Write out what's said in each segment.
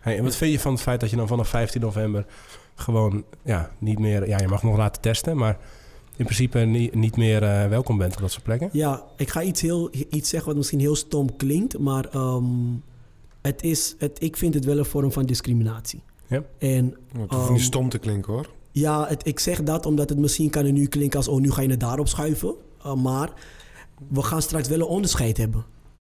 Hey, en wat vind je van het feit dat je dan vanaf 15 november gewoon niet meer... Ja, je mag nog laten testen, maar in principe niet meer welkom bent op dat soort plekken? Ja, ik ga iets zeggen wat misschien heel stom klinkt, maar ik vind het wel een vorm van discriminatie. Ja? Het hoeft niet stom te klinken, hoor. Ja, ik zeg dat omdat het misschien kan er nu klinken als... nu ga je het daarop schuiven. Maar we gaan straks wel een onderscheid hebben.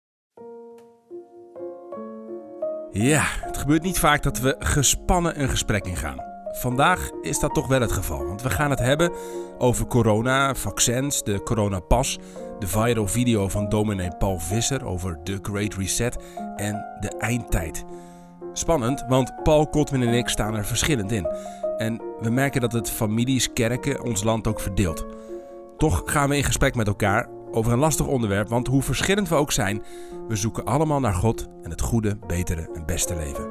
Ja, het gebeurt niet vaak dat we gespannen een gesprek ingaan. Vandaag is dat toch wel het geval, want we gaan het hebben over corona, vaccins, de coronapas, de viral video van dominee Paul Visser over The Great Reset en de eindtijd. Spannend, want Paul, Godwin en ik staan er verschillend in. En we merken dat het families, kerken ons land ook verdeelt. Toch gaan we in gesprek met elkaar over een lastig onderwerp, want hoe verschillend we ook zijn, we zoeken allemaal naar God en het goede, betere en beste leven.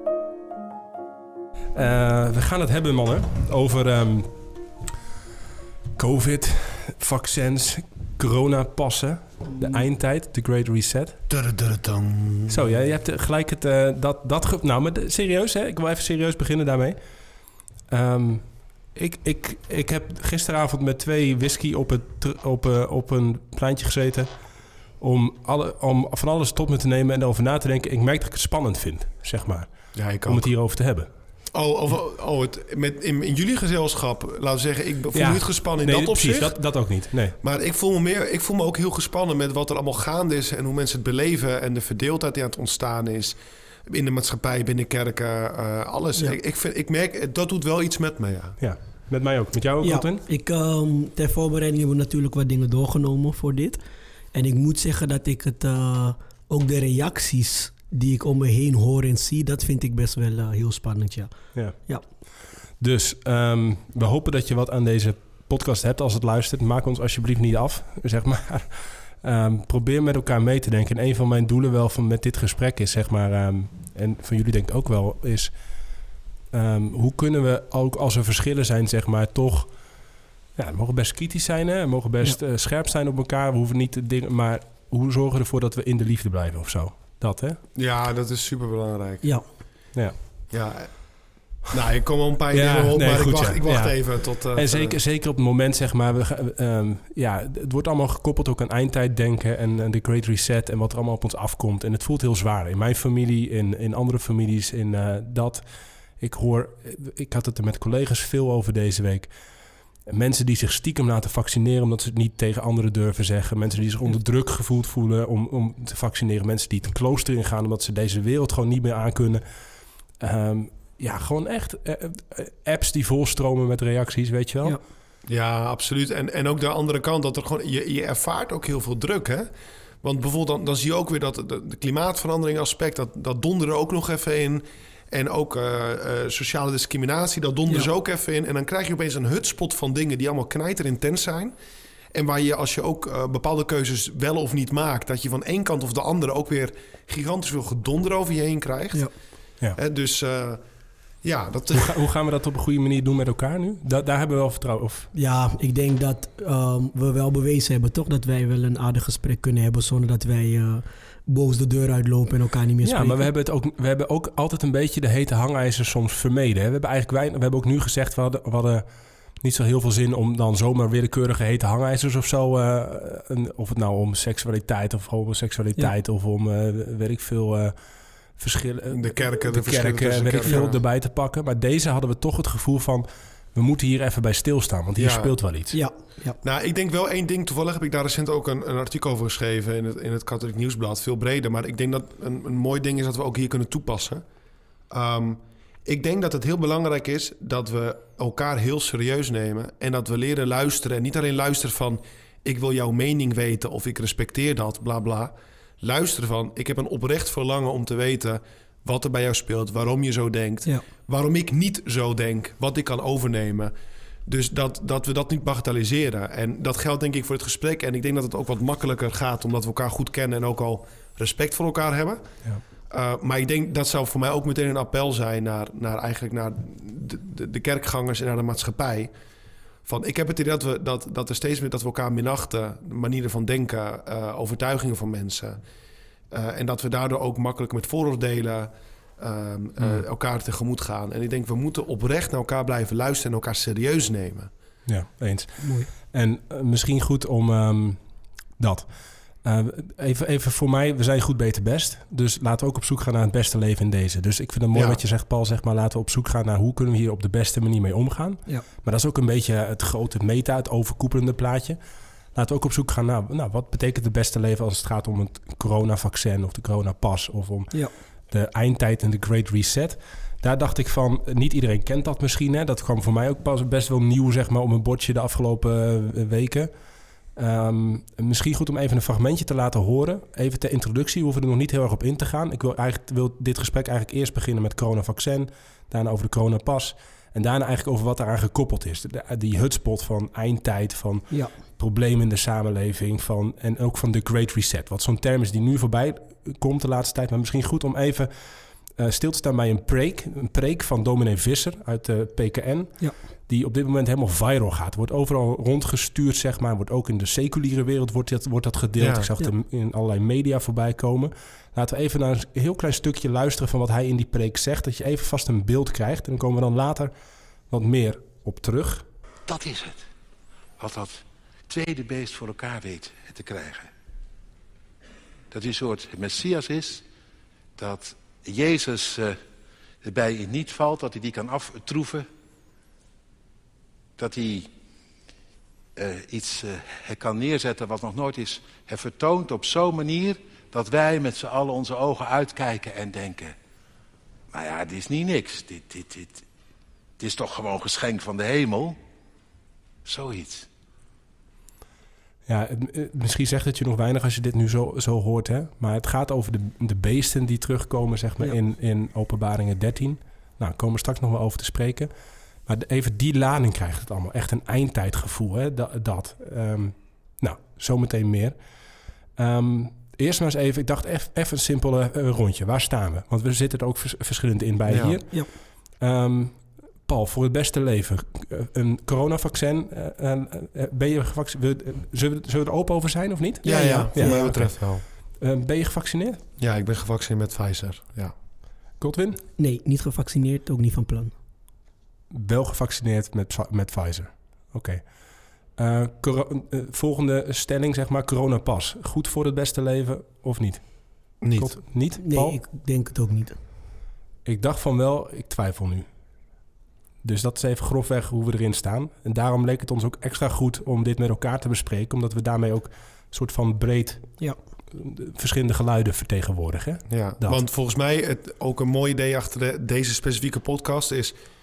We gaan het hebben, mannen, over COVID, vaccins, coronapassen, de eindtijd, The Great Reset. Zo, je hebt gelijk het... maar serieus, hè? Ik wil even serieus beginnen daarmee. Ik heb gisteravond met 2 whisky op een pleintje gezeten om van alles tot me te nemen en erover na te denken. Ik merk dat ik het spannend vind, zeg maar, om het hierover te hebben. In jullie gezelschap, laten we zeggen, ik voel me niet gespannen in dat opzicht. Precies, dat ook niet, nee. Maar ik voel me ook heel gespannen met wat er allemaal gaande is en hoe mensen het beleven en de verdeeldheid die aan het ontstaan is in de maatschappij, binnen kerken, alles. Ja. Ik merk, dat doet wel iets met me, ja. Met mij ook. Met jou ook, Godwin? Ter voorbereiding hebben we natuurlijk wat dingen doorgenomen voor dit. En ik moet zeggen dat ik het ook de reacties die ik om me heen hoor en zie, dat vind ik best wel heel spannend, ja. Dus we hopen dat je wat aan deze podcast hebt als het luistert. Maak ons alsjeblieft niet af, zeg maar. Probeer met elkaar mee te denken. En een van mijn doelen wel met dit gesprek is, zeg maar, en van jullie denk ik ook wel, is hoe kunnen we ook als er verschillen zijn, zeg maar, toch... Ja, we mogen best kritisch zijn, hè? We mogen best scherp zijn op elkaar. We hoeven niet te dingen, maar hoe zorgen we ervoor dat we in de liefde blijven of zo? Dat, hè? Ja, dat is superbelangrijk. Ja. Nou, ik kom al een paar dingen op, maar goed, ik wacht even tot... en zeker op het moment, zeg maar... het wordt allemaal gekoppeld ook aan eindtijddenken en de Great Reset en wat er allemaal op ons afkomt. En het voelt heel zwaar. In mijn familie, in andere families, ik had het er met collega's veel over deze week. Mensen die zich stiekem laten vaccineren omdat ze het niet tegen anderen durven zeggen. Mensen die zich onder druk gevoeld voelen om te vaccineren. Mensen die het klooster ingaan omdat ze deze wereld gewoon niet meer aankunnen. Gewoon echt apps die volstromen met reacties, weet je wel? Ja, absoluut. En ook de andere kant, dat er gewoon je ervaart ook heel veel druk, hè? Want bijvoorbeeld dan zie je ook weer dat de klimaatverandering aspect, dat donderen ook nog even in. En ook sociale discriminatie, dat donderen ze ook even in. En dan krijg je opeens een hutspot van dingen die allemaal knijterintens zijn. En waar je, als je ook bepaalde keuzes wel of niet maakt, dat je van één kant of de andere ook weer gigantisch veel gedonder over je heen krijgt. Ja. Dus Hoe gaan we dat op een goede manier doen met elkaar nu? Daar hebben we wel vertrouwen op. Ja, ik denk dat we wel bewezen hebben, toch? Dat wij wel een aardig gesprek kunnen hebben zonder dat wij boos de deur uitlopen en elkaar niet meer spreken. Ja, maar we hebben ook altijd een beetje de hete hangijzers soms vermeden. Hè? We hebben ook nu gezegd, we hadden niet zo heel veel zin om dan zomaar willekeurige hete hangijzers of zo. Of het nou om seksualiteit of homoseksualiteit of om, weet ik veel... verschillen. De kerken, weet ik veel, erbij te pakken. Maar deze hadden we toch het gevoel van... we moeten hier even bij stilstaan, want hier speelt wel iets. Ja. Nou, ik denk wel één ding. Toevallig heb ik daar recent ook een artikel over geschreven... in het Katholiek Nieuwsblad, veel breder. Maar ik denk dat een mooi ding is dat we ook hier kunnen toepassen. Ik denk dat het heel belangrijk is dat we elkaar heel serieus nemen... en dat we leren luisteren. En niet alleen luisteren van... ik wil jouw mening weten of ik respecteer dat, bla bla... Luisteren van, ik heb een oprecht verlangen om te weten wat er bij jou speelt, waarom je zo denkt, waarom ik niet zo denk, wat ik kan overnemen. Dus dat we dat niet bagatelliseren. En dat geldt denk ik voor het gesprek. En ik denk dat het ook wat makkelijker gaat omdat we elkaar goed kennen en ook al respect voor elkaar hebben. Ja. Maar ik denk dat zou voor mij ook meteen een appel zijn naar de kerkgangers en naar de maatschappij. Van, ik heb het idee dat er steeds meer dat we elkaar minachten, manieren van denken, overtuigingen van mensen. En dat we daardoor ook makkelijk met vooroordelen elkaar tegemoet gaan. En ik denk, we moeten oprecht naar elkaar blijven luisteren en elkaar serieus nemen. Ja, eens. Mooi. En misschien goed om dat. Even voor mij, we zijn goed, beter, best. Dus laten we ook op zoek gaan naar het beste leven in deze. Dus ik vind het mooi wat je zegt, Paul. Zeg maar, laten we op zoek gaan naar hoe kunnen we hier op de beste manier mee omgaan. Ja. Maar dat is ook een beetje het grote meta, het overkoepelende plaatje. Laten we ook op zoek gaan naar wat betekent het beste leven als het gaat om het coronavaccin of de coronapas of om de eindtijd en de Great Reset. Daar dacht ik van, niet iedereen kent dat misschien. Hè? Dat kwam voor mij ook pas best wel nieuw, zeg maar, op mijn bordje de afgelopen weken. Misschien goed om even een fragmentje te laten horen. Even ter introductie, we hoeven er nog niet heel erg op in te gaan. Ik wil dit gesprek eigenlijk eerst beginnen met coronavaccin, daarna over de coronapas en daarna eigenlijk over wat daaraan gekoppeld is. Die hutspot van eindtijd, van problemen in de samenleving, en ook van de Great Reset. Wat zo'n term is die nu voorbij komt de laatste tijd, maar misschien goed om even stil te staan bij een preek van dominee Visser uit de PKN. Ja. Die op dit moment helemaal viral gaat. Wordt overal rondgestuurd, zeg maar. Wordt ook in de seculiere wereld wordt dat gedeeld. Ja. Ik zag hem in allerlei media voorbij komen. Laten we even naar een heel klein stukje luisteren van wat hij in die preek zegt. Dat je even vast een beeld krijgt. En dan komen we dan later wat meer op terug. Dat is het. Wat dat tweede beest voor elkaar weet te krijgen. Dat hij een soort Messias is. Dat Jezus erbij niet valt, dat hij die kan aftroeven. Dat hij iets kan neerzetten wat nog nooit is vertoond op zo'n manier dat wij met z'n allen onze ogen uitkijken en denken, nou ja, dit is niet niks. Dit is toch gewoon geschenk van de hemel. Zoiets. Ja, misschien zegt het je nog weinig als je dit nu zo hoort, hè? Maar het gaat over de beesten die terugkomen, zeg maar, in Openbaringen 13. Nou, komen we straks nog wel over te spreken. Maar even die lading krijgt het allemaal. Echt een eindtijdgevoel, hè? Nou, zometeen meer. Eerst maar eens even, ik dacht even een simpele rondje. Waar staan we? Want we zitten er ook verschillend in bij hier. Ja. Paul, voor het beste leven, een coronavaccin, ben je gevaccineerd? Zullen we er open over zijn of niet? Ja, voor mij betreft wel. Ben je gevaccineerd? Ja, ik ben gevaccineerd met Pfizer, ja. Godwin? Nee, niet gevaccineerd, ook niet van plan. Wel gevaccineerd met Pfizer. Oké. Volgende stelling, zeg maar, coronapas. Goed voor het beste leven of niet? Niet. Niet, Paul? Nee, ik denk het ook niet. Ik dacht van wel, ik twijfel nu. Dus dat is even grofweg hoe we erin staan. En daarom leek het ons ook extra goed om dit met elkaar te bespreken. Omdat we daarmee ook een soort van breed verschillende geluiden vertegenwoordigen. Ja, want volgens mij ook een mooi idee achter deze specifieke podcast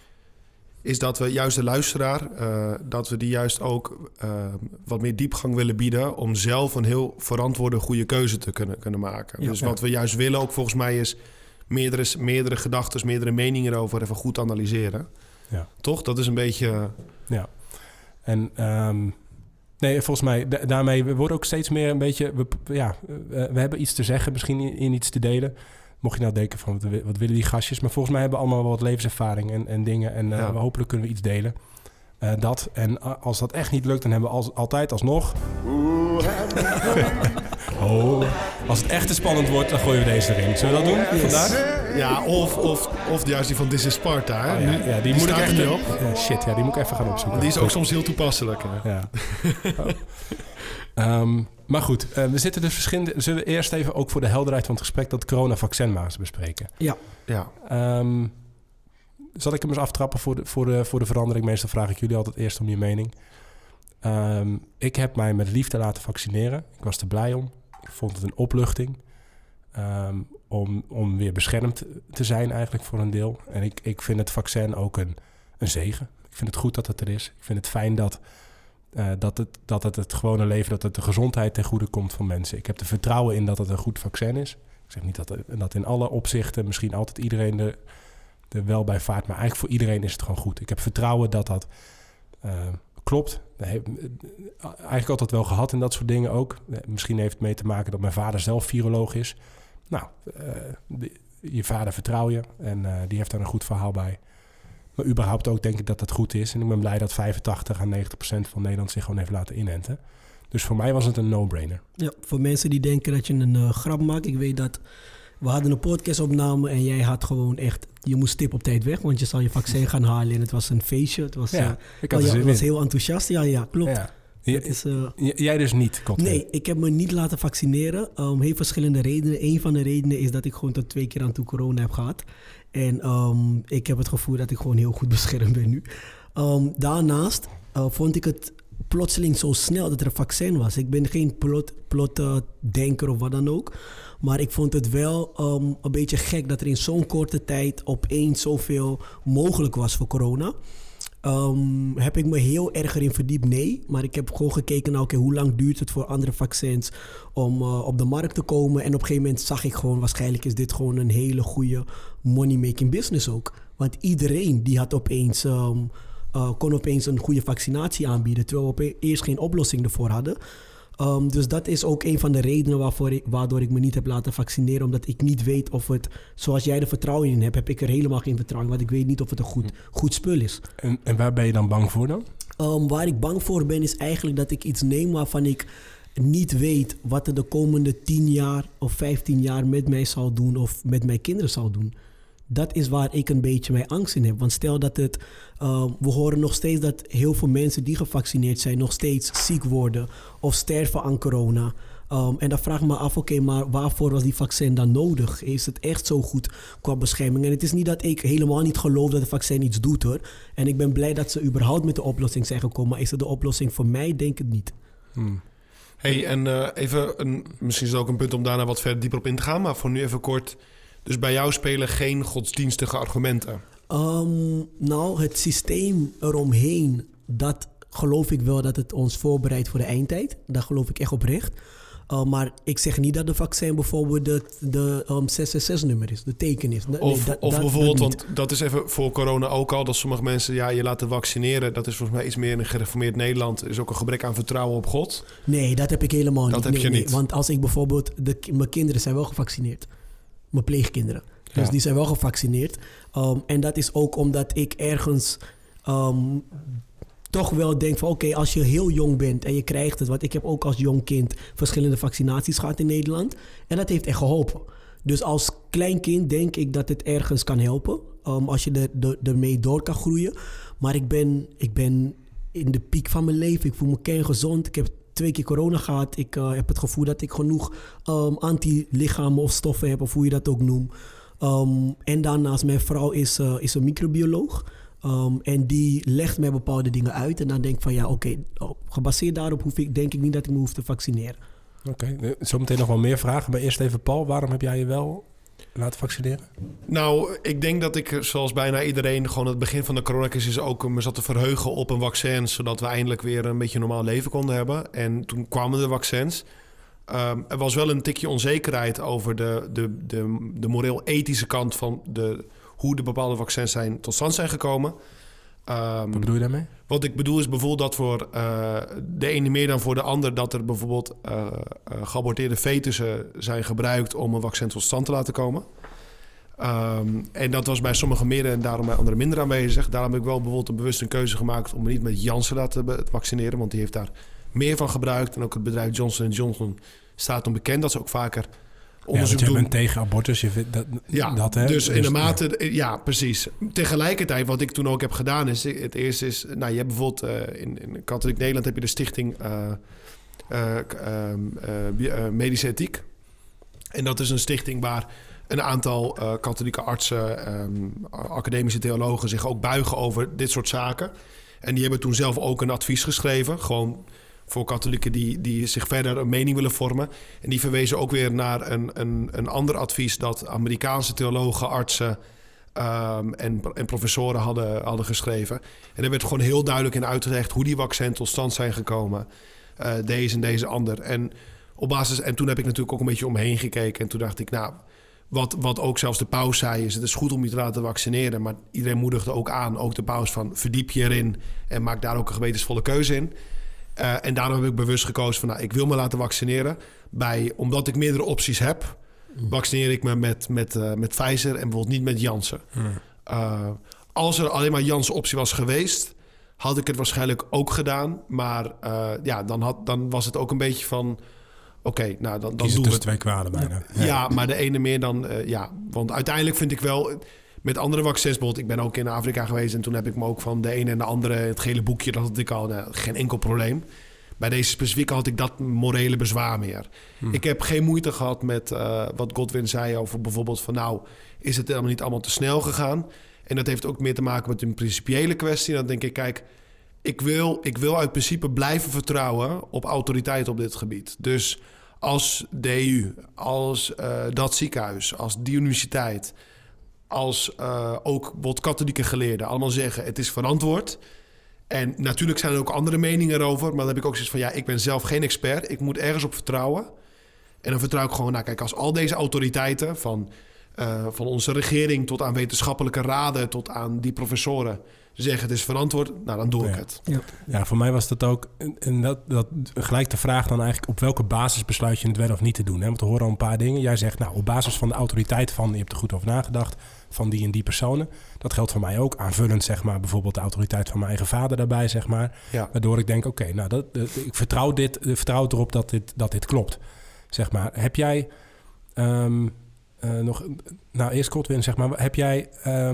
is dat we juist de luisteraar, dat we die juist ook wat meer diepgang willen bieden om zelf een heel verantwoorde, goede keuze te kunnen maken. Dus wat we juist willen ook volgens mij is meerdere gedachten, meerdere meningen erover even goed analyseren. Ja. Toch? Dat is een beetje... Ja. En nee, volgens mij, daarmee we worden ook steeds meer een beetje... We hebben iets te zeggen, misschien in iets te delen. Mocht je nou denken van, wat willen die gastjes? Maar volgens mij hebben we allemaal wel wat levenservaring en dingen. En hopelijk kunnen we iets delen. Dat. En als dat echt niet lukt, dan hebben we altijd alsnog... als het echt te spannend wordt, dan gooien we deze erin. Zullen we dat doen vandaag? Ja, of juist die van This is Sparta. Hè? Ja, die moet ik echt niet op. Ja, shit, die moet ik even gaan opzoeken. Die is ook soms heel toepasselijk. Hè? Ja. Maar goed, we zitten dus verschillende... Zullen we eerst even ook voor de helderheid van het gesprek dat coronavaccin maar eens bespreken? Ja. Zal ik hem eens aftrappen voor de verandering? Meestal vraag ik jullie altijd eerst om je mening. Ik heb mij met liefde laten vaccineren. Ik was er blij om. Ik vond het een opluchting. Om weer beschermd te zijn eigenlijk voor een deel. En ik vind het vaccin ook een zegen. Ik vind het goed dat het er is. Ik vind het fijn dat het gewone leven, dat het de gezondheid ten goede komt van mensen. Ik heb er vertrouwen in dat het een goed vaccin is. Ik zeg niet dat in alle opzichten misschien altijd iedereen er wel bij vaart. Maar eigenlijk voor iedereen is het gewoon goed. Ik heb vertrouwen dat klopt. Eigenlijk altijd wel gehad in dat soort dingen ook. Misschien heeft het mee te maken dat mijn vader zelf viroloog is. Nou, je vader vertrouw je en die heeft daar een goed verhaal bij. Maar überhaupt ook denk ik dat dat goed is. En ik ben blij dat 85 à 90% van Nederland zich gewoon heeft laten inenten. Dus voor mij was het een no-brainer. Ja, voor mensen die denken dat je een grap maakt. Ik weet dat We hadden een podcastopname en jij had gewoon echt... Je moest tip op tijd weg, want je zou je vaccin gaan halen. En het was een feestje. Het was, ik had je was heel enthousiast. Ja, klopt. Ja. Jij dus niet, klopt. Nee, ik heb me niet laten vaccineren. Heel verschillende redenen. Een van de redenen is dat ik gewoon tot 2 keer aan toe corona heb gehad. En ik heb het gevoel dat ik gewoon heel goed beschermd ben nu. Daarnaast vond ik het plotseling zo snel dat er een vaccin was. Ik ben geen plotdenker of wat dan ook. Maar ik vond het wel een beetje gek dat er in zo'n korte tijd opeens zoveel mogelijk was voor corona. Heb ik me heel erg erin verdiept? Nee. Maar ik heb gewoon gekeken naar hoe lang duurt het voor andere vaccins om op de markt te komen. En op een gegeven moment zag ik gewoon, waarschijnlijk is dit gewoon een hele goede money-making business ook. Want iedereen die had opeens... kon opeens een goede vaccinatie aanbieden, terwijl we eerst geen oplossing ervoor hadden. Dus dat is ook een van de redenen waardoor ik me niet heb laten vaccineren, omdat ik niet weet of het, zoals jij er vertrouwen in hebt, heb ik er helemaal geen vertrouwen in, want ik weet niet of het een goed spul is. En waar ben je dan bang voor dan? Waar ik bang voor ben is eigenlijk dat ik iets neem waarvan ik niet weet wat er de komende 10 jaar of 15 jaar met mij zal doen of met mijn kinderen zal doen. Dat is waar ik een beetje mijn angst in heb. Want stel dat we horen nog steeds dat heel veel mensen die gevaccineerd zijn nog steeds ziek worden of sterven aan corona. En dan vraag ik me af, oké, maar waarvoor was die vaccin dan nodig? Is het echt zo goed qua bescherming? En het is niet dat ik helemaal niet geloof dat het vaccin iets doet, hoor. En ik ben blij dat ze überhaupt met de oplossing zijn gekomen. Maar is het de oplossing voor mij? Denk het niet. Hey, en misschien is het ook een punt om daarna wat verder dieper op in te gaan. Maar voor nu even kort... Dus bij jou spelen geen godsdienstige argumenten? Nou, het systeem eromheen, dat geloof ik wel dat het ons voorbereidt voor de eindtijd. Daar geloof ik echt oprecht. Maar ik zeg niet dat de vaccin bijvoorbeeld de 666-nummer is, de teken is. Bijvoorbeeld, want dat is even voor corona ook al, dat sommige mensen je laten vaccineren. Dat is volgens mij iets meer in een gereformeerd Nederland. Er is ook een gebrek aan vertrouwen op God. Nee, dat heb ik helemaal niet. Dat heb je niet. Nee, want als ik bijvoorbeeld, mijn kinderen zijn wel gevaccineerd. Mijn pleegkinderen. Dus die zijn wel gevaccineerd. En dat is ook omdat ik ergens toch wel denk van... Oké, als je heel jong bent en je krijgt het... Want ik heb ook als jong kind verschillende vaccinaties gehad in Nederland. En dat heeft echt geholpen. Dus als klein kind denk ik dat het ergens kan helpen. Als je ermee door kan groeien. Maar ik ben in de piek van mijn leven. Ik voel me kerngezond. Ik heb 2 keer corona gehad. Ik heb het gevoel dat ik genoeg antilichamen of stoffen heb, of hoe je dat ook noemt. En daarnaast, mijn vrouw is een microbioloog. En die legt mij bepaalde dingen uit. En dan denk ik van gebaseerd daarop denk ik niet dat ik me hoef te vaccineren. Oké, zometeen nog wel meer vragen. Maar eerst even Paul, waarom heb jij je wel laten vaccineren? Nou, ik denk dat ik, zoals bijna iedereen, gewoon het begin van de coronacrisis ook me zat te verheugen op een vaccin, zodat we eindelijk weer een beetje een normaal leven konden hebben. En toen kwamen de vaccins. Er was wel een tikje onzekerheid over de moreel-ethische kant van hoe de bepaalde vaccins tot stand zijn gekomen. Wat bedoel je daarmee? Wat ik bedoel is bijvoorbeeld dat voor de ene meer dan voor de ander, dat er bijvoorbeeld geaborteerde fetussen zijn gebruikt om een vaccin tot stand te laten komen. En dat was bij sommigen meer en daarom bij anderen minder aanwezig. Daarom heb ik wel bijvoorbeeld bewust een keuze gemaakt om me niet met Janssen te laten vaccineren, want die heeft daar meer van gebruikt. En ook het bedrijf Johnson & Johnson staat onbekend dat ze ook vaker onderzoek doen. Je bent tegen abortus, je vindt dat hè? Dus in de mate... Ja, precies. Tegelijkertijd, wat ik toen ook heb gedaan is... Het eerste is... Nou, je hebt bijvoorbeeld... in Katholiek Nederland heb je de stichting Medische Ethiek. En dat is een stichting waar een aantal katholieke artsen... academische theologen zich ook buigen over dit soort zaken. En die hebben toen zelf ook een advies geschreven. Gewoon voor katholieken die zich verder een mening willen vormen. En die verwezen ook weer naar een ander advies... dat Amerikaanse theologen, artsen en professoren hadden geschreven. En er werd gewoon heel duidelijk in uitgelegd... hoe die vaccins tot stand zijn gekomen. Deze en deze ander. En toen heb ik natuurlijk ook een beetje omheen gekeken. En toen dacht ik, nou... Wat ook zelfs de paus zei is... het is goed om je te laten vaccineren... maar iedereen moedigde ook aan, ook de paus... van verdiep je erin en maak daar ook een gewetensvolle keuze in... En daarom heb ik bewust gekozen van... ik wil me laten vaccineren. Omdat ik meerdere opties heb... vaccineer ik me met Pfizer en bijvoorbeeld niet met Janssen. Als er alleen maar Janssen optie was geweest... had ik het waarschijnlijk ook gedaan. Maar dan was het ook een beetje van... Oké, nou dan Kiezen doen we tussen het. twee kwaden bijna. Ja, maar de ene meer dan... want uiteindelijk vind ik wel... Met andere vaccins, bijvoorbeeld, ik ben ook in Afrika geweest... en toen heb ik me ook van de ene en de andere... het gele boekje, dat had ik al, geen enkel probleem. Bij deze specifieke had ik dat morele bezwaar meer. Ik heb geen moeite gehad met wat Godwin zei over bijvoorbeeld van... nou, is het helemaal niet allemaal te snel gegaan? En dat heeft ook meer te maken met een principiële kwestie. Dan denk ik, kijk, ik wil uit principe blijven vertrouwen... op autoriteit op dit gebied. Dus als de EU, als dat ziekenhuis, als die universiteit... als ook wat katholieke geleerden allemaal zeggen... het is verantwoord... En natuurlijk zijn er ook andere meningen erover. Maar dan heb ik ook zoiets van, ik ben zelf geen expert. Ik moet ergens op vertrouwen. En dan vertrouw ik gewoon, nou kijk, als al deze autoriteiten... van onze regering tot aan wetenschappelijke raden... tot aan die professoren zeggen het is verantwoord... nou, dan doe ik het. Ja, voor mij was dat ook... En dat gelijk de vraag dan eigenlijk... op welke basis besluit je het wel of niet te doen? Hè? Want we horen al een paar dingen. Jij zegt, nou, op basis van de autoriteit van... je hebt er goed over nagedacht... van die en die personen. Dat geldt voor mij ook. Aanvullend, zeg maar, bijvoorbeeld de autoriteit van mijn eigen vader daarbij, zeg maar. Ja. Waardoor ik denk, oké, nou, ik vertrouw erop dat dit klopt. Zeg maar, heb jij nog... Nou, eerst Godwin, zeg maar. Heb jij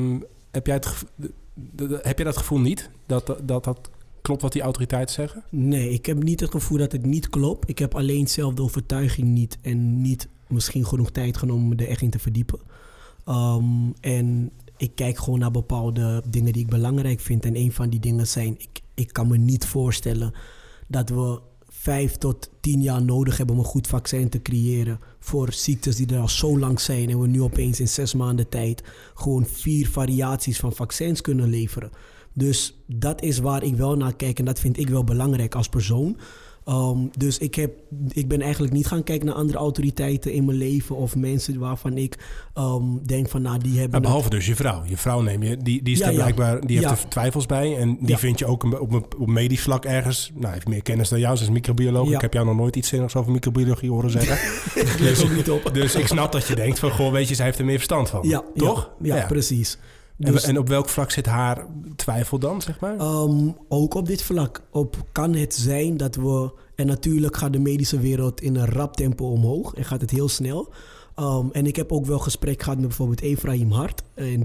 dat gevoel niet? Dat klopt wat die autoriteiten zeggen? Nee, ik heb niet het gevoel dat het niet klopt. Ik heb alleen zelf de overtuiging niet... en niet misschien genoeg tijd genomen om me er echt in te verdiepen. En ik kijk gewoon naar bepaalde dingen die ik belangrijk vind. En een van die dingen zijn... Ik kan me niet voorstellen dat we 5 tot 10 jaar nodig hebben... om een goed vaccin te creëren voor ziektes die er al zo lang zijn... en we nu opeens in 6 maanden tijd... gewoon 4 variaties van vaccins kunnen leveren. Dus dat is waar ik wel naar kijk en dat vind ik wel belangrijk als persoon... Dus ik ben eigenlijk niet gaan kijken naar andere autoriteiten in mijn leven... of mensen waarvan ik denk van, nou, die hebben... Maar behalve dus je vrouw. Je vrouw neem je, die is blijkbaar, die heeft er twijfels bij... en die vind je ook op medisch vlak ergens... nou, heeft meer kennis dan jou, ze is microbioloog. Ja. Ik heb jou nog nooit iets zinnigs over microbiologie horen zeggen. Dus ik snap dat je denkt van, goh, weet je, zij heeft er meer verstand van. Ja, toch? Ja, precies. Dus, en op welk vlak zit haar twijfel dan, zeg maar? Ook op dit vlak. Kan het zijn dat we... En natuurlijk gaat de medische wereld in een rap tempo omhoog. En gaat het heel snel. En ik heb ook wel gesprek gehad met bijvoorbeeld Ephraim Hart. En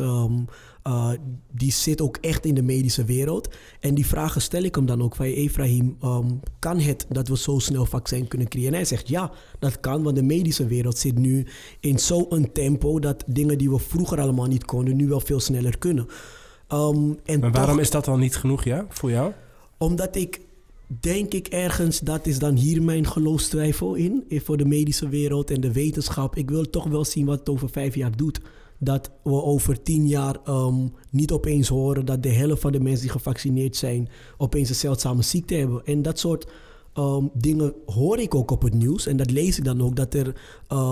die zit ook echt in de medische wereld. En die vragen stel ik hem dan ook van... Ephraim, kan het dat we zo snel vaccin kunnen creëren? En hij zegt ja, dat kan. Want de medische wereld zit nu in zo'n tempo... dat dingen die we vroeger allemaal niet konden... nu wel veel sneller kunnen. Maar waarom is dat dan niet genoeg, voor jou? Omdat denk ik ergens, dat is dan hier mijn geloofstwijfel in... voor de medische wereld en de wetenschap. Ik wil toch wel zien wat het over 5 jaar doet... dat we over 10 jaar niet opeens horen... dat de helft van de mensen die gevaccineerd zijn... opeens een zeldzame ziekte hebben. En dat soort dingen hoor ik ook op het nieuws. En dat lees ik dan ook. Dat er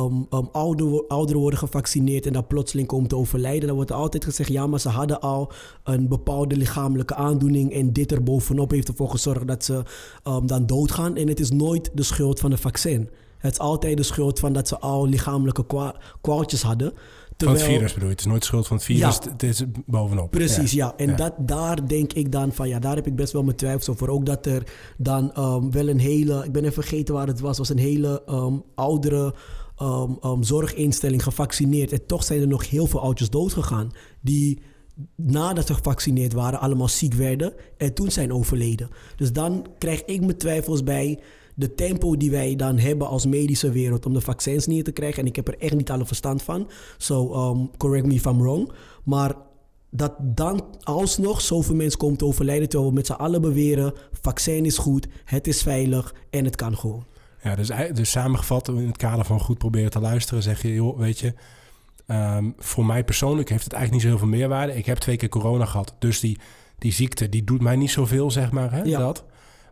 ouderen worden gevaccineerd... en dat plotseling komen te overlijden. Dan wordt er altijd gezegd... ja, maar ze hadden al een bepaalde lichamelijke aandoening... en dit er bovenop heeft ervoor gezorgd... dat ze dan doodgaan. En het is nooit de schuld van de vaccin. Het is altijd de schuld van dat ze al lichamelijke kwaaltjes hadden... Van het virus bedoel je? Het is nooit schuld van het virus, het is bovenop. Precies, ja. En daar denk ik dan van, daar heb ik best wel mijn twijfels over. Ook dat er dan wel een hele, ik ben even vergeten waar het was een hele oudere zorginstelling gevaccineerd. En toch zijn er nog heel veel oudjes doodgegaan die nadat ze gevaccineerd waren allemaal ziek werden en toen zijn overleden. Dus dan krijg ik mijn twijfels bij de tempo die wij dan hebben als medische wereld om de vaccins neer te krijgen. En ik heb er echt niet alle verstand van. So, correct me if I'm wrong. Maar dat dan alsnog zoveel mensen komen te overlijden... terwijl we met z'n allen beweren... vaccin is goed, het is veilig en het kan gewoon. Ja, dus samengevat in het kader van goed proberen te luisteren... zeg je, joh, weet je... voor mij persoonlijk heeft het eigenlijk niet zo heel veel meerwaarde. Ik heb 2 keer corona gehad. Dus die ziekte, die doet mij niet zoveel, zeg maar. Hè, ja. Dat.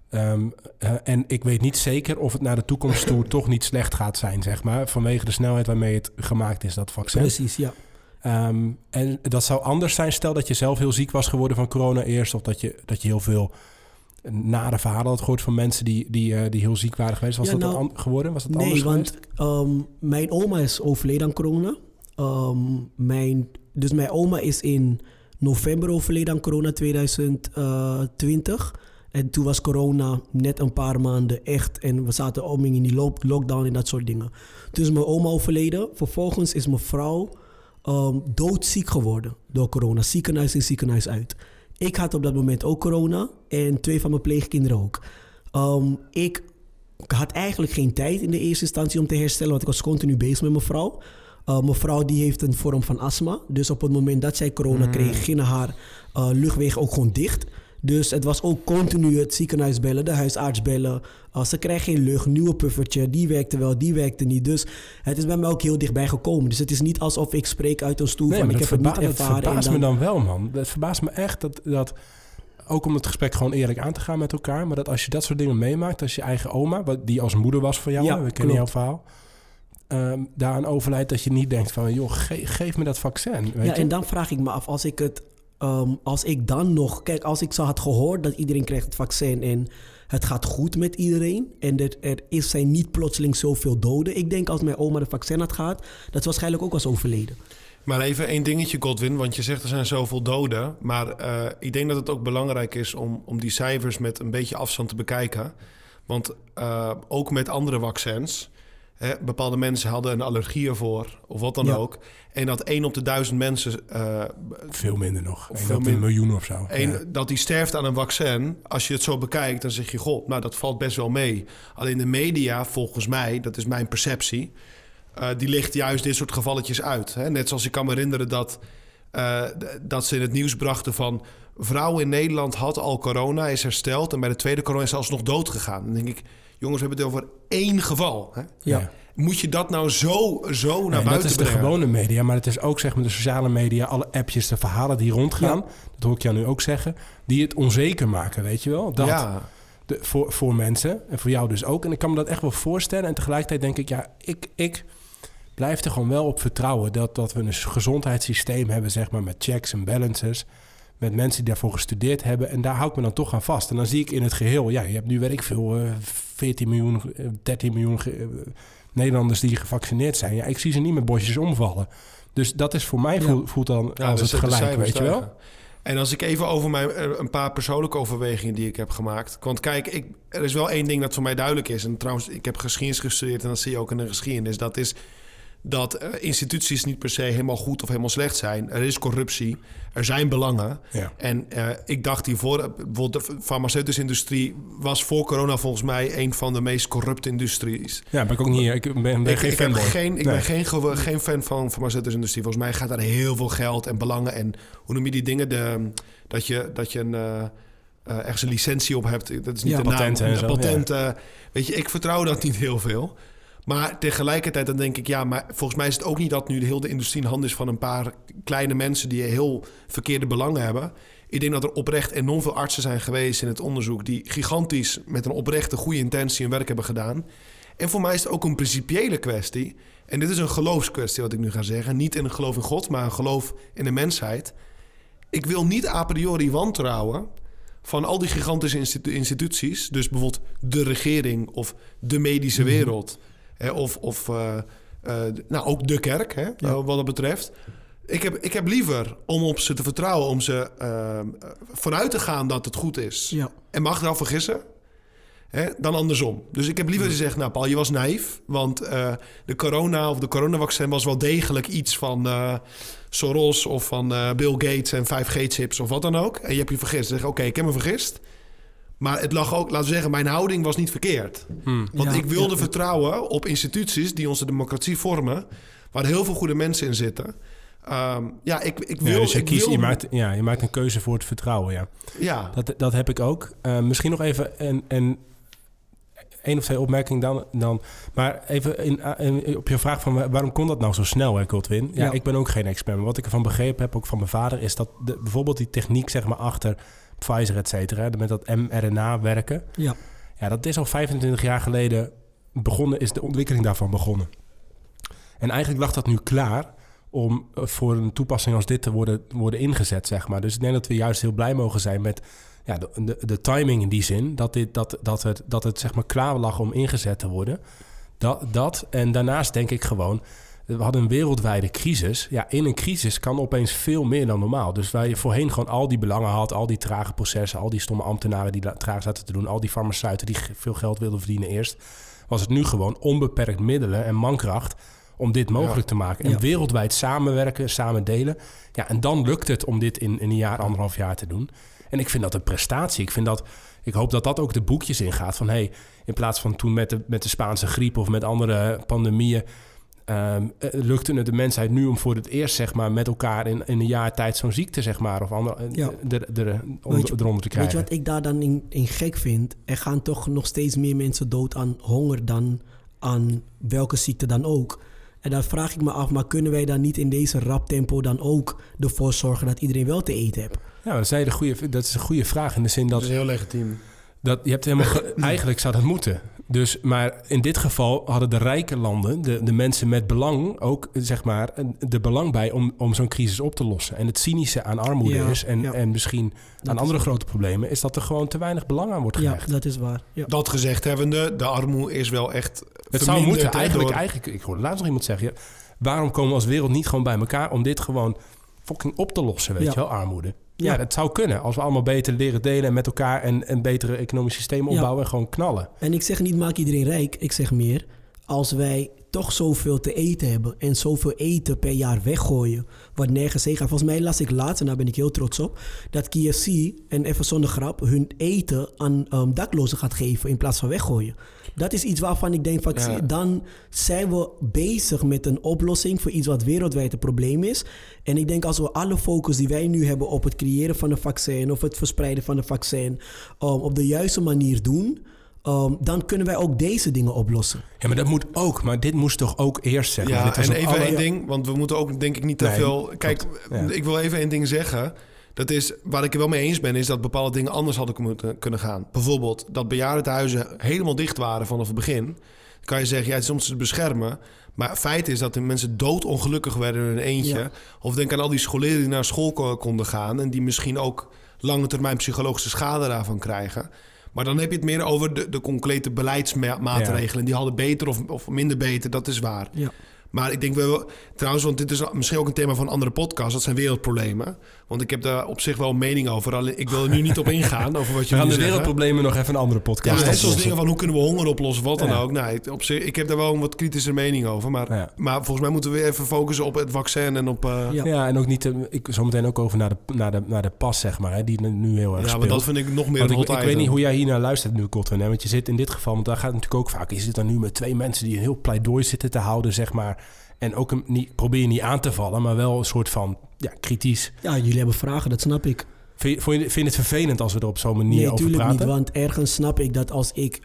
En ik weet niet zeker of het naar de toekomst toe toch niet slecht gaat zijn, zeg maar. Vanwege de snelheid waarmee het gemaakt is, dat vaccin. Precies, ja. En dat zou anders zijn, stel dat je zelf heel ziek was geworden van corona eerst... of dat je heel veel nare verhalen had gehoord van mensen die heel ziek waren geweest. Was dat geworden? Was dat anders geweest? Nee, want mijn oma is overleden aan corona. Mijn oma is in november overleden aan corona 2020... En toen was corona net een paar maanden echt. En we zaten allemaal in die lockdown en dat soort dingen. Toen is mijn oma overleden. Vervolgens is mijn vrouw doodziek geworden door corona. Ziekenhuis in, ziekenhuis uit. Ik had op dat moment ook corona. En 2 van mijn pleegkinderen ook. Ik had eigenlijk geen tijd in de eerste instantie om te herstellen. Want ik was continu bezig met mijn vrouw. Mijn vrouw die heeft een vorm van astma. Dus op het moment dat zij corona kreeg, gingen haar luchtwegen ook gewoon dicht. Dus het was ook continu het ziekenhuis bellen, de huisarts bellen. Ze krijgt geen lucht, nieuwe puffertje, die werkte wel, die werkte niet. Dus het is bij mij ook heel dichtbij gekomen. Dus het is niet alsof ik spreek uit een stoel van ik heb het niet ervaren. Het verbaast me dan wel, man. Het verbaast me echt dat ook om het gesprek gewoon eerlijk aan te gaan met elkaar. Maar dat als je dat soort dingen meemaakt, als je eigen oma, die als moeder was van jou, we kennen jouw verhaal, daaraan overlijdt, dat je niet denkt van, joh, geef me dat vaccin. Weet je? En dan vraag ik me af, als ik dan nog... Kijk, als ik zo had gehoord dat iedereen krijgt het vaccin en het gaat goed met iedereen en er zijn niet plotseling zoveel doden. Ik denk als mijn oma de vaccin had gehad, dat ze waarschijnlijk ook was overleden. Maar even 1 dingetje, Godwin, want je zegt er zijn zoveel doden. Maar ik denk dat het ook belangrijk is om die cijfers met een beetje afstand te bekijken. Want ook met andere vaccins, bepaalde mensen hadden een allergie ervoor of wat dan ook. En dat 1 op de 1000 mensen... veel minder nog. Veel minder, 1 miljoen of zo. Dat die sterft aan een vaccin. Als je het zo bekijkt, dan zeg je, god, nou, dat valt best wel mee. Alleen de media, volgens mij, dat is mijn perceptie, die licht juist dit soort gevalletjes uit. Hè? Net zoals ik kan me herinneren dat ze in het nieuws brachten van, vrouw in Nederland had al corona, is hersteld en bij de tweede corona is ze alsnog dood gegaan. Dan denk ik, jongens, we hebben het over 1 geval. Hè? Ja. Moet je dat nou zo naar buiten brengen? Dat is de gewone media, maar het is ook zeg maar de sociale media, alle appjes, de verhalen die rondgaan. Ja. Dat hoor ik jou nu ook zeggen. Die het onzeker maken, weet je wel? Dat voor mensen en voor jou dus ook. En ik kan me dat echt wel voorstellen. En tegelijkertijd denk ik, ik blijf er gewoon wel op vertrouwen dat we een gezondheidssysteem hebben, zeg maar, met checks en balances, met mensen die daarvoor gestudeerd hebben. En daar hou ik me dan toch aan vast. En dan zie ik in het geheel, je hebt nu, weet ik veel, 14 miljoen, 13 miljoen Nederlanders die gevaccineerd zijn. Ja, ik zie ze niet met bosjes omvallen. Dus dat is voor mij voelt dan als het gelijk, weet je wel? En als ik even over een paar persoonlijke overwegingen die ik heb gemaakt. Want kijk, er is wel 1 ding dat voor mij duidelijk is. En trouwens, ik heb geschiedenis gestudeerd en dat zie je ook in de geschiedenis. Dat is dat instituties niet per se helemaal goed of helemaal slecht zijn. Er is corruptie, er zijn belangen. Ja. En ik dacht hiervoor, bijvoorbeeld de farmaceutische industrie was voor corona volgens mij een van de meest corrupte industries. Ja, ben ik ook niet. Ik ben geen fan van. Ik ben geen fan van de farmaceutische industrie. Volgens mij gaat daar heel veel geld en belangen en hoe noem je die dingen? Dat je een ergens een licentie op hebt. Dat is niet de patenten naam. Patenten. Weet je, ik vertrouw dat niet heel veel. Maar tegelijkertijd dan denk ik, maar volgens mij is het ook niet dat nu de hele industrie in handen is van een paar kleine mensen die heel verkeerde belangen hebben. Ik denk dat er oprecht enorm veel artsen zijn geweest in het onderzoek die gigantisch met een oprechte goede intentie hun werk hebben gedaan. En voor mij is het ook een principiële kwestie. En dit is een geloofskwestie wat ik nu ga zeggen. Niet in een geloof in God, maar een geloof in de mensheid. Ik wil niet a priori wantrouwen van al die gigantische instituties. Dus bijvoorbeeld de regering of de medische wereld. Ook de kerk, wat dat betreft. Ik heb liever om op ze te vertrouwen, om ze vanuit te gaan dat het goed is. Ja. En mag wel vergissen, dan andersom. Dus ik heb liever gezegd, nou Paul, je was naïef. Want de corona of de coronavaccin was wel degelijk iets van Soros of van Bill Gates en 5G-chips of wat dan ook. En je hebt je vergist. Dan zeg oké, ik heb me vergist. Maar het lag ook, laten we zeggen, mijn houding was niet verkeerd. Want ik wilde vertrouwen op instituties die onze democratie vormen, waar heel veel goede mensen in zitten. Ik wil... Dus je maakt een keuze voor het vertrouwen, ja. Dat heb ik ook. Misschien nog even en 1 of 2 opmerkingen dan. Maar even op je vraag van waarom kon dat nou zo snel, hè, Godwin? Ja, ik ben ook geen expert. Maar wat ik ervan begrepen heb, ook van mijn vader, is dat bijvoorbeeld die techniek, zeg maar, achter Pfizer, et cetera, met dat mRNA werken. Ja, dat is al 25 jaar geleden is de ontwikkeling daarvan begonnen. En eigenlijk lag dat nu klaar om voor een toepassing als dit te worden ingezet, zeg maar. Dus ik denk dat we juist heel blij mogen zijn met de timing in die zin, dat het zeg maar klaar lag om ingezet te worden. Dat en daarnaast denk ik gewoon, We hadden een wereldwijde crisis. Ja, in een crisis kan opeens veel meer dan normaal. Dus waar je voorheen gewoon al die belangen had, al die trage processen, al die stomme ambtenaren die traag zaten te doen, al die farmaceuten die veel geld wilden verdienen eerst, was het nu gewoon onbeperkt middelen en mankracht om dit mogelijk te maken. En wereldwijd samenwerken, samen delen. Ja, en dan lukt het om dit in een jaar, 1,5 jaar te doen. En ik vind dat een prestatie. Ik hoop dat dat ook de boekjes ingaat. Van in plaats van toen met de Spaanse griep of met andere pandemieën, lukte het de mensheid nu om voor het eerst, zeg maar, met elkaar in een jaar tijd zo'n ziekte, zeg maar, of eronder te krijgen. Weet je wat ik daar dan in gek vind? Er gaan toch nog steeds meer mensen dood aan honger dan aan welke ziekte dan ook. En dan vraag ik me af, maar kunnen wij dan niet in deze rap tempo dan ook ervoor zorgen dat iedereen wel te eten heeft? Ja, dat is een goede vraag in de zin dat... Dat is heel legitiem. Je hebt helemaal eigenlijk zou dat moeten. Dus, maar in dit geval hadden de rijke landen, de mensen met belang, ook zeg maar de belang bij om zo'n crisis op te lossen. En het cynische aan armoede is en misschien dat aan andere grote problemen, is dat er gewoon te weinig belang aan wordt gehecht. Ja, dat is waar. Ja. Dat gezegd hebbende, de armoede is wel echt het zou moeten eigenlijk, ik hoorde laatst nog iemand zeggen, waarom komen we als wereld niet gewoon bij elkaar om dit gewoon fucking op te lossen, weet je wel, armoede. Ja, dat zou kunnen. Als we allemaal beter leren delen en met elkaar een betere economisch systeem opbouwen en gewoon knallen. En ik zeg niet maak iedereen rijk. Ik zeg meer, als wij toch zoveel te eten hebben en zoveel eten per jaar weggooien, wat nergens heen gaat. Volgens mij las ik laatst, en daar ben ik heel trots op, dat KFC, en even zonder grap, hun eten aan daklozen gaat geven in plaats van weggooien. Dat is iets waarvan ik denk, dan zijn we bezig met een oplossing voor iets wat wereldwijd een probleem is. En ik denk als we alle focus die wij nu hebben op het creëren van een vaccin of het verspreiden van een vaccin op de juiste manier doen, dan kunnen wij ook deze dingen oplossen. Ja, maar dat moet ook. Maar dit moest toch ook eerst zeggen. Ja, dit was en even één ding, want we moeten ook denk ik niet te veel... Kijk, ik wil even één ding zeggen. Dat is, waar ik er wel mee eens ben, is dat bepaalde dingen anders hadden kunnen gaan. Bijvoorbeeld dat bejaardentehuizen helemaal dicht waren vanaf het begin. Dan kan je zeggen, het is om ze te beschermen. Maar het feit is dat de mensen doodongelukkig werden in een eentje. Ja. Of denk aan al die scholieren die naar school konden gaan en die misschien ook lange termijn psychologische schade daarvan krijgen. Maar dan heb je het meer over de concrete beleidsmaatregelen. Die hadden beter of minder beter, dat is waar. Ja. Maar ik denk wel, trouwens, want dit is misschien ook een thema van een andere podcast. Dat zijn wereldproblemen. Want ik heb daar op zich wel een mening over. Alleen, ik wil er nu niet op ingaan over wat je we gaan nu de wereldproblemen nog even een andere podcast. Ja, net zoals dingen van hoe kunnen we honger oplossen, wat dan ook. Nou, op zich, ik heb daar wel een wat kritische mening over. Maar volgens mij moeten we weer even focussen op het vaccin en op... Ja, en ook niet... ik zometeen ook over naar de pas, zeg maar. Hè, die nu heel erg speelt. Maar dat vind ik nog meer een hot item. Ik weet niet hoe jij hier naar luistert nu, Godwin. Want je zit in dit geval... Want daar gaat het natuurlijk ook vaak... Je zit dan nu met 2 mensen die een heel pleidooi zitten te houden, zeg maar... En ook probeer je niet aan te vallen, maar wel een soort van kritisch. Ja, jullie hebben vragen, dat snap ik. Vind je het vervelend als we er op zo'n manier over praten? Nee, natuurlijk niet, want ergens snap ik dat als ik...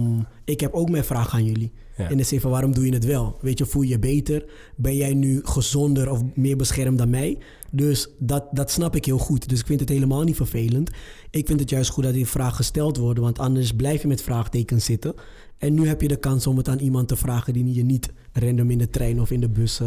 ik heb ook mijn vraag aan jullie. Ja. In de zin van, waarom doe je het wel? Weet je, voel je je beter? Ben jij nu gezonder of meer beschermd dan mij? Dus dat snap ik heel goed. Dus ik vind het helemaal niet vervelend. Ik vind het juist goed dat die vragen gesteld worden, want anders blijf je met vraagtekens zitten. En nu heb je de kans om het aan iemand te vragen die je niet random in de trein of in de bus...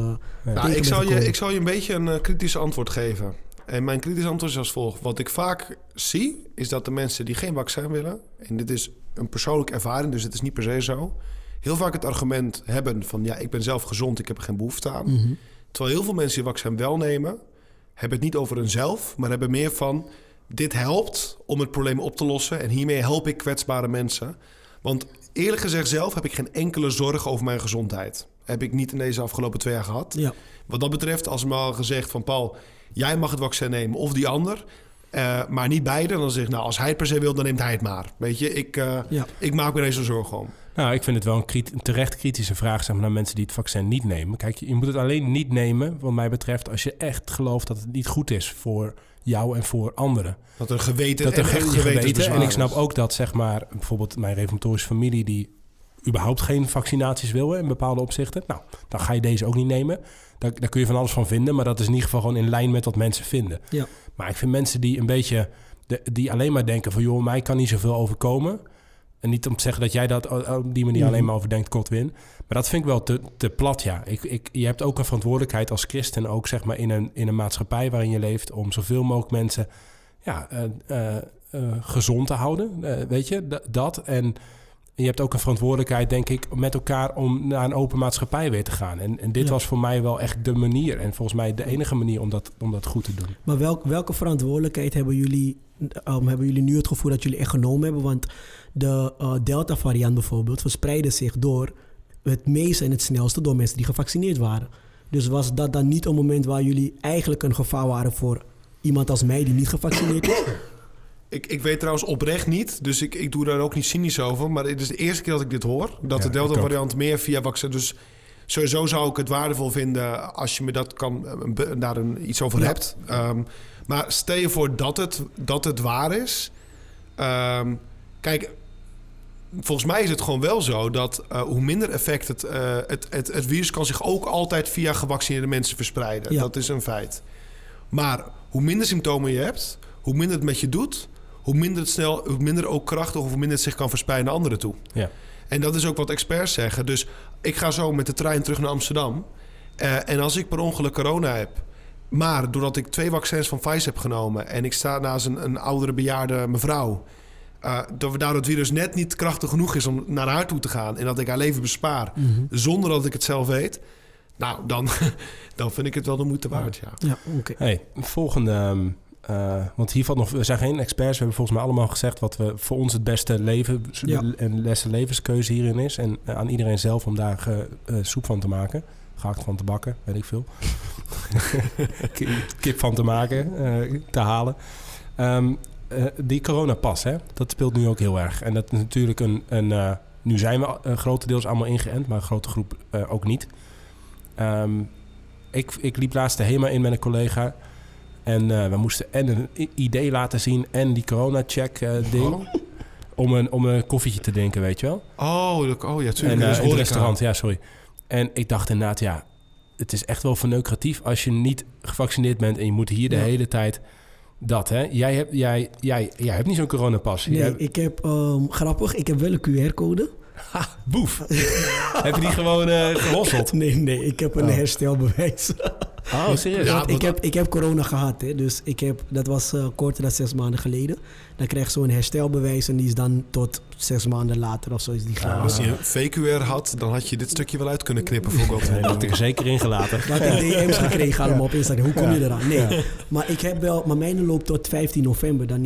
Ik zal je een beetje een kritisch antwoord geven. En mijn kritische antwoord is als volgt. Wat ik vaak zie, is dat de mensen die geen vaccin willen... en dit is een persoonlijke ervaring, dus het is niet per se zo... heel vaak het argument hebben van... ik ben zelf gezond, ik heb er geen behoefte aan. Mm-hmm. Terwijl heel veel mensen die vaccin wel nemen... hebben het niet over hunzelf, maar hebben meer van... dit helpt om het probleem op te lossen... en hiermee help ik kwetsbare mensen. Want eerlijk gezegd zelf heb ik geen enkele zorg over mijn gezondheid. Heb ik niet in deze afgelopen 2 jaar gehad. Ja. Wat dat betreft, als me al gezegd van... Paul, jij mag het vaccin nemen of die ander... maar niet beide. Dan zeg ik, als hij het per se wil, dan neemt hij het maar. Weet je, ik maak me deze zorgen om. Nou, ik vind het wel een terecht kritische vraag, zeg maar, naar mensen die het vaccin niet nemen. Kijk, je moet het alleen niet nemen, wat mij betreft, als je echt gelooft dat het niet goed is voor jou en voor anderen. Dat er geweten En ik snap ook dat, zeg maar, bijvoorbeeld mijn reformatorische familie die überhaupt geen vaccinaties wil in bepaalde opzichten. Nou, dan ga je deze ook niet nemen. Daar kun je van alles van vinden, maar dat is in ieder geval gewoon in lijn met wat mensen vinden. Ja. Maar ik vind mensen die een beetje, die alleen maar denken van, joh, mij kan niet zoveel overkomen. En niet om te zeggen dat jij dat op die manier alleen maar overdenkt, Godwin. Maar dat vind ik wel te plat, ja. Je hebt ook een verantwoordelijkheid als christen, ook zeg maar in een maatschappij waarin je leeft, om zoveel mogelijk mensen gezond te houden. Weet je, dat. En je hebt ook een verantwoordelijkheid, denk ik, met elkaar om naar een open maatschappij weer te gaan. En dit was voor mij wel echt de manier. En volgens mij de enige manier om dat goed te doen. Maar welke verantwoordelijkheid hebben jullie nu het gevoel dat jullie echt genomen hebben? Want de Delta-variant bijvoorbeeld verspreidde zich door het meest en het snelste door mensen die gevaccineerd waren. Dus was dat dan niet een moment waar jullie eigenlijk een gevaar waren voor iemand als mij die niet gevaccineerd is? Ik weet trouwens oprecht niet, dus ik doe daar ook niet cynisch over. Maar het is de eerste keer dat ik dit hoor. Dat de Delta-variant meer via vaccin... Dus sowieso zou ik het waardevol vinden als je me dat daar iets over hebt. Maar stel je voor dat het waar is. Kijk, volgens mij is het gewoon wel zo dat hoe minder effect het virus kan zich ook altijd via gevaccineerde mensen verspreiden. Ja. Dat is een feit. Maar hoe minder symptomen je hebt, hoe minder het met je doet, hoe minder ook krachtig of hoe minder het zich kan verspreiden naar anderen toe. Ja. En dat is ook wat experts zeggen. Dus ik ga zo met de trein terug naar Amsterdam. En als ik per ongeluk corona heb, maar doordat ik 2 vaccins van Pfizer heb genomen en ik sta naast een oudere bejaarde mevrouw, dat het virus net niet krachtig genoeg is om naar haar toe te gaan en dat ik haar leven bespaar, zonder dat ik het zelf weet, nou, dan vind ik het wel de moeite waard, ja. Okay. Hey, volgende, want hier valt nog, we zijn geen experts, we hebben volgens mij allemaal gezegd wat we voor ons het beste leven en beste levenskeuze hierin is. En aan iedereen zelf om daar soep van te maken, gehakt van te bakken, weet ik veel. Kip van te maken, te halen. Die coronapas, hè, dat speelt nu ook heel erg. En dat is natuurlijk nu zijn we grotendeels allemaal ingeënt, maar een grote groep ook niet. Ik liep laatst de HEMA in met een collega. En we moesten en een idee laten zien en die corona-check ding. Om een koffietje te drinken, weet je wel. Oh ja, tuurlijk. En in het restaurant, ja, sorry. En ik dacht inderdaad, ja, het is echt wel verneukeratief als je niet gevaccineerd bent en je moet hier de hele tijd dat, hè. Jij hebt niet zo'n coronapas. Nee, ik heb, grappig, ik heb wel een QR-code. Ha, boef. Heb je die gewoon gelosseld? Nee, ik heb een herstelbewijs. Oh, serieus? Ja, ik heb corona gehad, hè. Dus dat was korter dan 6 maanden geleden. Dan krijg je zo'n herstelbewijs en die is dan tot 6 maanden later of zo is die gaan. Als je een VQR had, dan had je dit stukje wel uit kunnen knippen, bijvoorbeeld. Nee, dat had ik er zeker in gelaten. Dat had ik DM's gekregen allemaal op Instagram. Hoe kom je eraan? Nee, maar ik heb wel, maar mijn loopt tot 15 november. Dan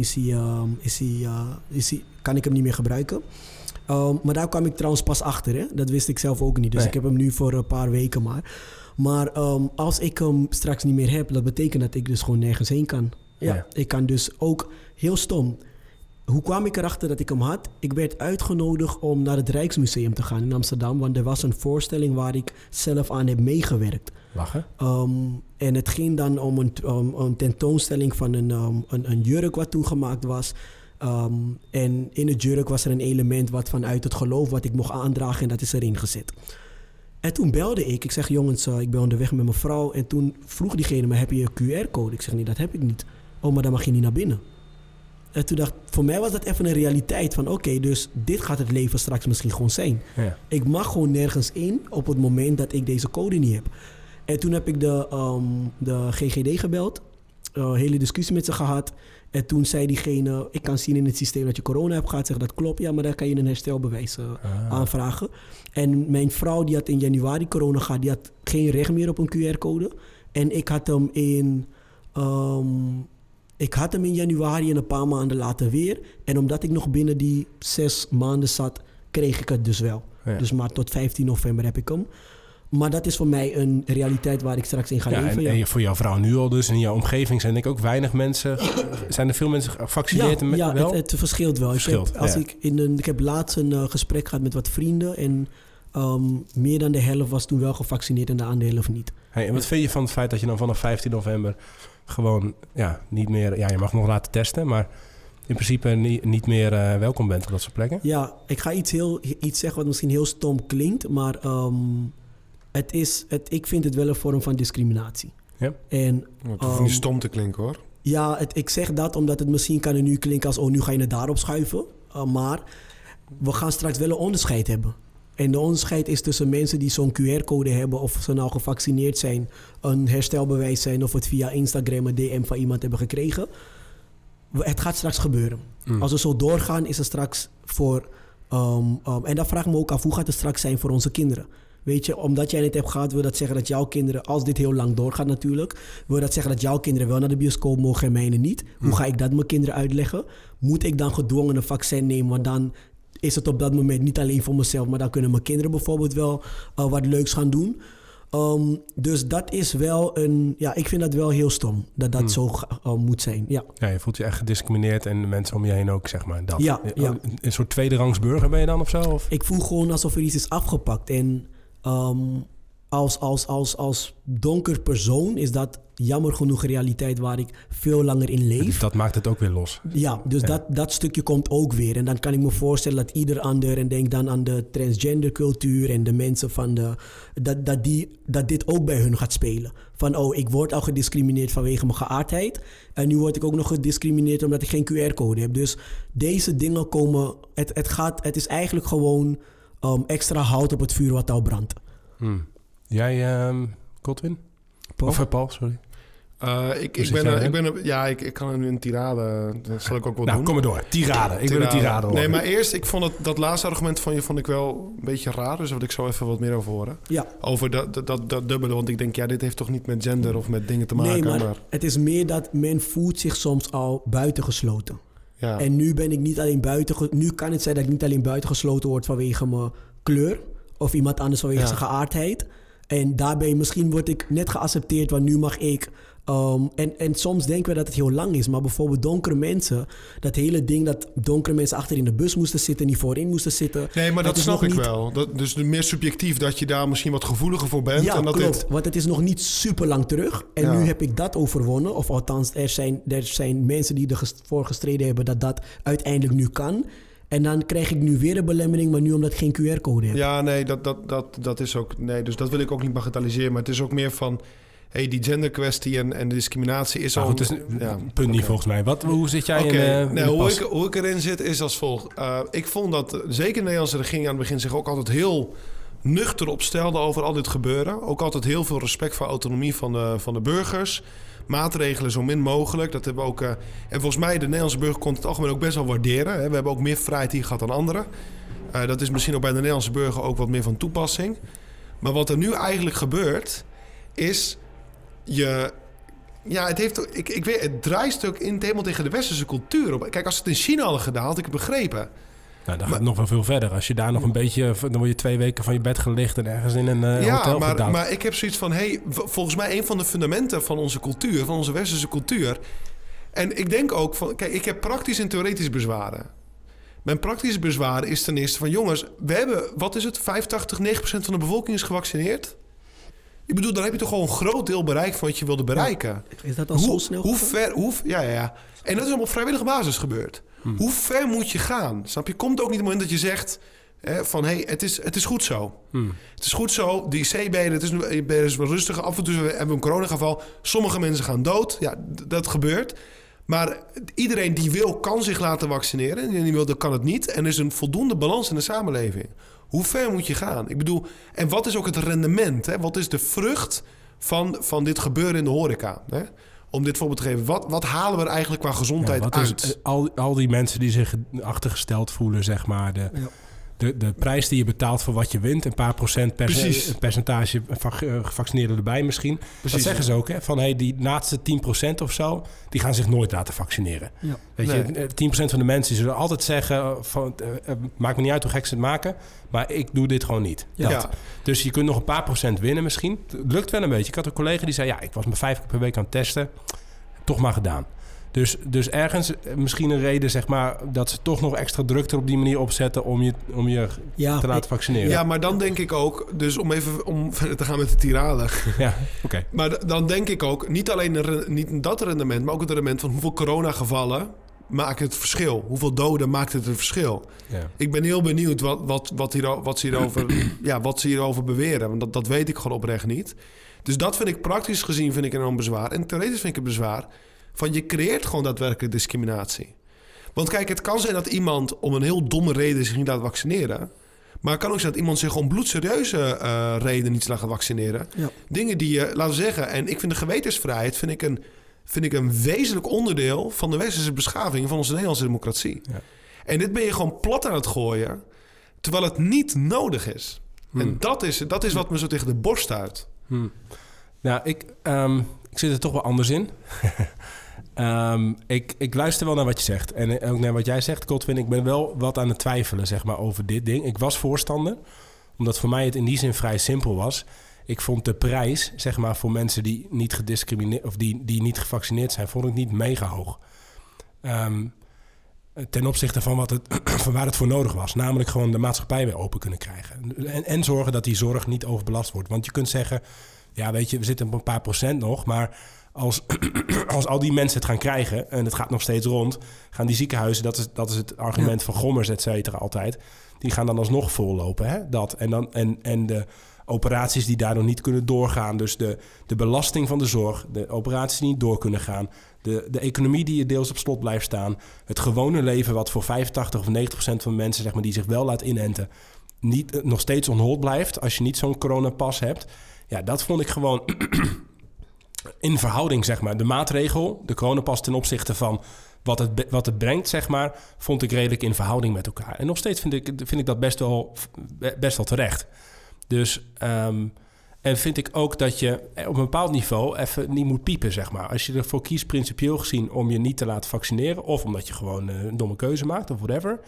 kan ik hem niet meer gebruiken. Maar daar kwam ik trouwens pas achter, hè. Dat wist ik zelf ook niet. Dus ik heb hem nu voor een paar weken maar. Maar als ik hem straks niet meer heb, dat betekent dat ik dus gewoon nergens heen kan. Ja. Ik kan dus ook, heel stom. Hoe kwam ik erachter dat ik hem had? Ik werd uitgenodigd om naar het Rijksmuseum te gaan in Amsterdam. Want er was een voorstelling waar ik zelf aan heb meegewerkt. Lachen? En het ging dan om een tentoonstelling van een jurk wat toen gemaakt was. En in het jurk was er een element wat vanuit het geloof wat ik mocht aandragen en dat is erin gezet. En toen belde ik zeg jongens, ik ben onderweg met mijn vrouw. En toen vroeg diegene me, heb je een QR-code? Ik zeg nee, dat heb ik niet. Oh, maar dan mag je niet naar binnen. En toen dacht voor mij was dat even een realiteit van oké, dus dit gaat het leven straks misschien gewoon zijn. Ja. Ik mag gewoon nergens in op het moment dat ik deze code niet heb. En toen heb ik de GGD gebeld, hele discussie met ze gehad. En toen zei diegene, ik kan zien in het systeem dat je corona hebt gehad. Zeg dat klopt, ja, maar dan kan je een herstelbewijs aanvragen. En mijn vrouw die had in januari corona gehad, die had geen recht meer op een QR-code. En ik had hem in januari en een paar maanden later weer. En omdat ik nog binnen die 6 maanden zat, kreeg ik het dus wel. Ja. Dus maar tot 15 november heb ik hem. Maar dat is voor mij een realiteit waar ik straks in ga leven. En voor jouw vrouw nu al dus. In jouw omgeving zijn denk ik ook weinig mensen. Zijn er veel mensen gevaccineerd? Ja, het verschilt wel. Ik heb laatst een gesprek gehad met wat vrienden. En meer dan de helft was toen wel gevaccineerd en de andere helft niet. Hey, en wat vind je van het feit dat je dan vanaf 15 november gewoon niet meer... Ja, je mag nog laten testen, maar in principe niet meer welkom bent op dat soort plekken? Ja, ik ga iets zeggen wat misschien heel stom klinkt, maar... ik vind het wel een vorm van discriminatie. Ja. En, het hoeft niet stom te klinken, hoor. Ja, ik zeg dat omdat het misschien kan er nu klinken als... nu ga je het daarop schuiven. Maar we gaan straks wel een onderscheid hebben. En de onderscheid is tussen mensen die zo'n QR-code hebben... of ze nou gevaccineerd zijn, een herstelbewijs zijn... of het via Instagram een DM van iemand hebben gekregen. Het gaat straks gebeuren. Als we zo doorgaan, is er straks voor... En dan vraag ik me ook af, hoe gaat het straks zijn voor onze kinderen? Weet je, omdat jij het hebt gehad, wil dat zeggen dat jouw kinderen, als dit heel lang doorgaat natuurlijk, wil dat zeggen dat jouw kinderen wel naar de bioscoop mogen en mijne niet? Hoe ga ik dat mijn kinderen uitleggen? Moet ik dan gedwongen een vaccin nemen? Want dan is het op dat moment niet alleen voor mezelf, maar dan kunnen mijn kinderen bijvoorbeeld wel wat leuks gaan doen. Dus dat is wel ik vind dat wel heel stom, dat zo moet zijn. Ja. Ja, je voelt je echt gediscrimineerd en de mensen om je heen ook, zeg maar. Dat. Ja. Een soort tweederangs burger ben je dan of zo? Of? Ik voel gewoon alsof er iets is afgepakt. En als donker persoon is dat jammer genoeg een realiteit waar ik veel langer in leef. Dat maakt het ook weer los. Ja, dus dat stukje komt ook weer. En dan kan ik me voorstellen dat ieder ander, en denk dan aan de transgender cultuur en de mensen van dat dit ook bij hun gaat spelen. Van, ik word al gediscrimineerd vanwege mijn geaardheid. En nu word ik ook nog gediscrimineerd omdat ik geen QR-code heb. Dus deze dingen komen, het is eigenlijk gewoon extra hout op het vuur wat al brandt. Jij, Godwin? Paul? Of Paul, sorry. Ik kan nu een tirade, dat zal ik ook wel doen. Kom maar door, tirade. Ik wil een tirade horen. Nee, maar eerst, ik vond dat laatste argument van je vond ik wel een beetje raar. Dus daar wil ik zo even wat meer over horen. Ja. Over dat dubbele, want ik denk, dit heeft toch niet met gender of met dingen te maken. Nee, maar het is meer dat men voelt zich soms al buitengesloten. Ja. En nu ben ik niet alleen nu kan het zijn dat ik niet alleen buitengesloten word vanwege mijn kleur of iemand anders vanwege zijn geaardheid. En daarbij misschien word ik net geaccepteerd, want nu mag ik. En soms denken we dat het heel lang is. Maar bijvoorbeeld donkere mensen, dat hele ding dat donkere mensen achter in de bus moesten zitten, niet voorin moesten zitten. Nee, maar dat snap ik wel. Dus meer subjectief dat je daar misschien wat gevoeliger voor bent. Ja, en dat klopt. Want het is nog niet super lang terug. En nu heb ik dat overwonnen. Of althans, er zijn mensen die ervoor gestreden hebben dat uiteindelijk nu kan. En dan krijg ik nu weer een belemmering, maar nu omdat ik geen QR-code heb. Ja, nee, dat is ook. Nee, dus dat wil ik ook niet bagatelliseren. Maar het is ook meer van. Die genderkwestie en de discriminatie is al... Het is punt niet volgens mij. Hoe zit jij in hoe ik erin zit is als volgt. Ik vond dat zeker de Nederlandse regering aan het begin zich ook altijd heel nuchter opstelde over al dit gebeuren. Ook altijd heel veel respect voor autonomie van de burgers. Maatregelen zo min mogelijk. Dat hebben we ook... en volgens mij, de Nederlandse burger kon het algemeen ook best wel waarderen. Hè. We hebben ook meer vrijheid hier gehad dan anderen. Dat is misschien ook bij de Nederlandse burger ook wat meer van toepassing. Maar wat er nu eigenlijk gebeurt, is... het draait ook helemaal tegen de westerse cultuur op. Kijk, als ze het in China hadden gedaan, had ik het begrepen. Nou, dan gaat het nog wel veel verder. Als je daar nog een beetje... Dan word je 2 weken van je bed gelicht en ergens in een hotel gedaan. Maar ik heb zoiets van... volgens mij een van de fundamenten van onze cultuur, van onze westerse cultuur... En ik denk ook van... Kijk, ik heb praktisch en theoretisch bezwaren. Mijn praktische bezwaar is ten eerste van... Jongens, we hebben... Wat is het? 85-90% van de bevolking is gevaccineerd... Ik bedoel, dan heb je toch gewoon een groot deel bereikt van wat je wilde bereiken. Is dat al zo snel? Ja. En dat is allemaal op vrijwillige basis gebeurd. Hoe ver moet je gaan? Snap je? Komt ook niet het moment dat je zegt van... het is goed zo. Het is goed zo. Die IC-benen, het is wel rustig. Af en toe hebben we een coronageval. Sommige mensen gaan dood. Ja, dat gebeurt. Maar iedereen die wil, kan zich laten vaccineren. En die niet wil, dan kan het niet. En er is een voldoende balans in de samenleving. Hoe ver moet je gaan? Ik bedoel, en wat is ook het rendement? Hè? Wat is de vrucht van dit gebeuren in de horeca? Hè? Om dit voorbeeld te geven. Wat halen we er eigenlijk qua gezondheid uit? Al die mensen die zich achtergesteld voelen, zeg maar. De prijs die je betaalt voor wat je wint. Een paar procent percentage gevaccineerden erbij misschien. Precies, dat zeggen ze ook. Hè? Van die laatste 10% of zo, die gaan zich nooit laten vaccineren. Ja. Weet je, 10% van de mensen zullen altijd zeggen... maakt me niet uit hoe gek ze het maken... maar ik doe dit gewoon niet. Ja. Dus je kunt nog een paar procent winnen misschien. Het lukt wel een beetje. Ik had een collega die zei... ik was me 5 keer per week aan het testen. Toch maar gedaan. Dus ergens misschien een reden, zeg maar... dat ze toch nog extra druk er op die manier opzetten... om je te laten vaccineren. Ja, maar dan denk ik ook... dus om verder te gaan met de tirade... Ja, oké. Maar dan denk ik ook... niet alleen niet dat rendement... maar ook het rendement van hoeveel coronagevallen... maakt het verschil. Hoeveel doden maakt het een verschil? Ja. Ik ben heel benieuwd wat ze hierover beweren. Want dat weet ik gewoon oprecht niet. Dus dat vind ik praktisch gezien enorm bezwaar. En theoretisch vind ik het bezwaar... van je creëert gewoon daadwerkelijk discriminatie. Want kijk, het kan zijn dat iemand om een heel domme reden zich niet laat vaccineren. Maar het kan ook zijn dat iemand zich om bloedserieuze reden niet laat vaccineren. Ja. Dingen die je, laten we zeggen... en ik vind de gewetensvrijheid vind ik een wezenlijk onderdeel... van de westerse beschaving van onze Nederlandse democratie. Ja. En dit ben je gewoon plat aan het gooien, terwijl het niet nodig is. En dat is wat me zo tegen de borst stuit. Nou, ik zit er toch wel anders in. Ik luister wel naar wat je zegt. En ook naar wat jij zegt, Godwin. Ik ben wel wat aan het twijfelen, zeg maar, over dit ding. Ik was voorstander, omdat voor mij het in die zin vrij simpel was. Ik vond de prijs, zeg maar, voor mensen die niet gediscrimineerd of die niet gevaccineerd zijn, vond ik niet mega hoog. Ten opzichte van van waar het voor nodig was. Namelijk gewoon de maatschappij weer open kunnen krijgen. En zorgen dat die zorg niet overbelast wordt. Want je kunt zeggen, ja, weet je, we zitten op een paar procent nog, maar als al die mensen het gaan krijgen en het gaat nog steeds rond, gaan die ziekenhuizen, dat is het argument van Gommers, et cetera, altijd, die gaan dan alsnog vollopen. Hè? Dat. En de operaties die daardoor niet kunnen doorgaan, dus de belasting van de zorg, de operaties die niet door kunnen gaan, de economie die je deels op slot blijft staan, het gewone leven wat voor 85 of 90% van de mensen, zeg maar, die zich wel laat inenten, nog steeds on hold blijft als je niet zo'n coronapas hebt. Ja, dat vond ik gewoon in verhouding, zeg maar. De maatregel, de coronapas ten opzichte van wat het brengt, zeg maar, vond ik redelijk in verhouding met elkaar. En nog steeds vind ik dat best wel terecht. Dus, en vind ik ook dat je op een bepaald niveau even niet moet piepen, zeg maar. Als je ervoor kiest, principieel gezien, om je niet te laten vaccineren, of omdat je gewoon een domme keuze maakt, of whatever,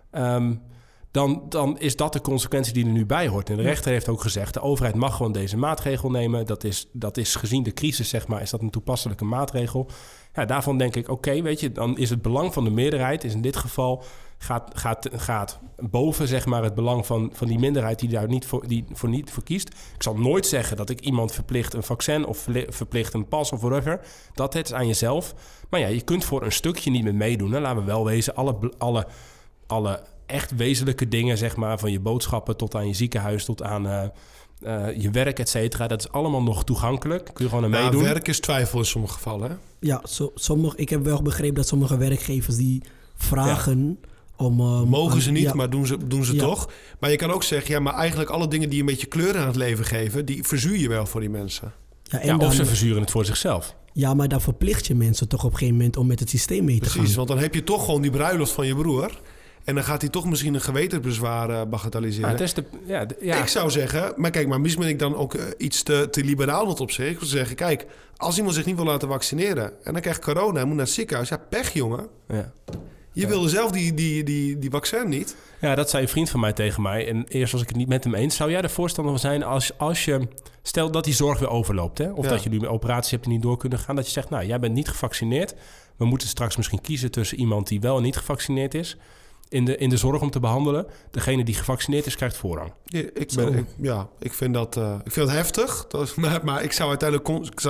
dan is dat de consequentie die er nu bij hoort. En de rechter heeft ook gezegd, de overheid mag gewoon deze maatregel nemen. Dat is gezien de crisis, zeg maar, is dat een toepasselijke maatregel. Ja, daarvan denk ik, oké, weet je, dan is het belang van de meerderheid, is in dit geval, gaat boven, zeg maar, het belang van die minderheid die daar niet voor kiest. Ik zal nooit zeggen dat ik iemand verplicht een vaccin of verplicht een pas of whatever. Dat is aan jezelf. Maar ja, je kunt voor een stukje niet meer meedoen. Hè. Laten we wel wezen, alle echt wezenlijke dingen, zeg maar, van je boodschappen tot aan je ziekenhuis, tot aan je werk, et cetera. Dat is allemaal nog toegankelijk. Kun je gewoon aan meedoen. Werk is twijfel in sommige gevallen, hè? Ja, ik heb wel begrepen dat sommige werkgevers die vragen om... mogen ze niet, maar doen ze toch. Maar je kan ook zeggen, ja, maar eigenlijk alle dingen die een beetje kleur aan het leven geven, die verzuur je wel voor die mensen. Of ze verzuren het voor zichzelf. Ja, maar dan verplicht je mensen toch op een gegeven moment om met het systeem mee te gaan. Precies, want dan heb je toch gewoon die bruiloft van je broer. En dan gaat hij toch misschien een gewetensbezwaar bagatelliseren. Ik zou zeggen, maar kijk, maar misschien ben ik dan ook iets te liberaal wat op zich. Ik wil zeggen, kijk, als iemand zich niet wil laten vaccineren en dan krijgt corona en moet naar het ziekenhuis. Ja, pech, jongen. Ja. Je wilde zelf die vaccin niet. Ja, dat zei een vriend van mij tegen mij. En eerst was ik het niet met hem eens. Zou jij er voorstander van zijn als je... Stel dat die zorg weer overloopt, hè? Of dat je nu met operaties hebt die niet door kunnen gaan. Dat je zegt, nou, jij bent niet gevaccineerd. We moeten straks misschien kiezen tussen iemand die wel en niet gevaccineerd is in de zorg om te behandelen. Degene die gevaccineerd is, krijgt voorrang. Ik vind dat heftig. Maar ik zou uiteindelijk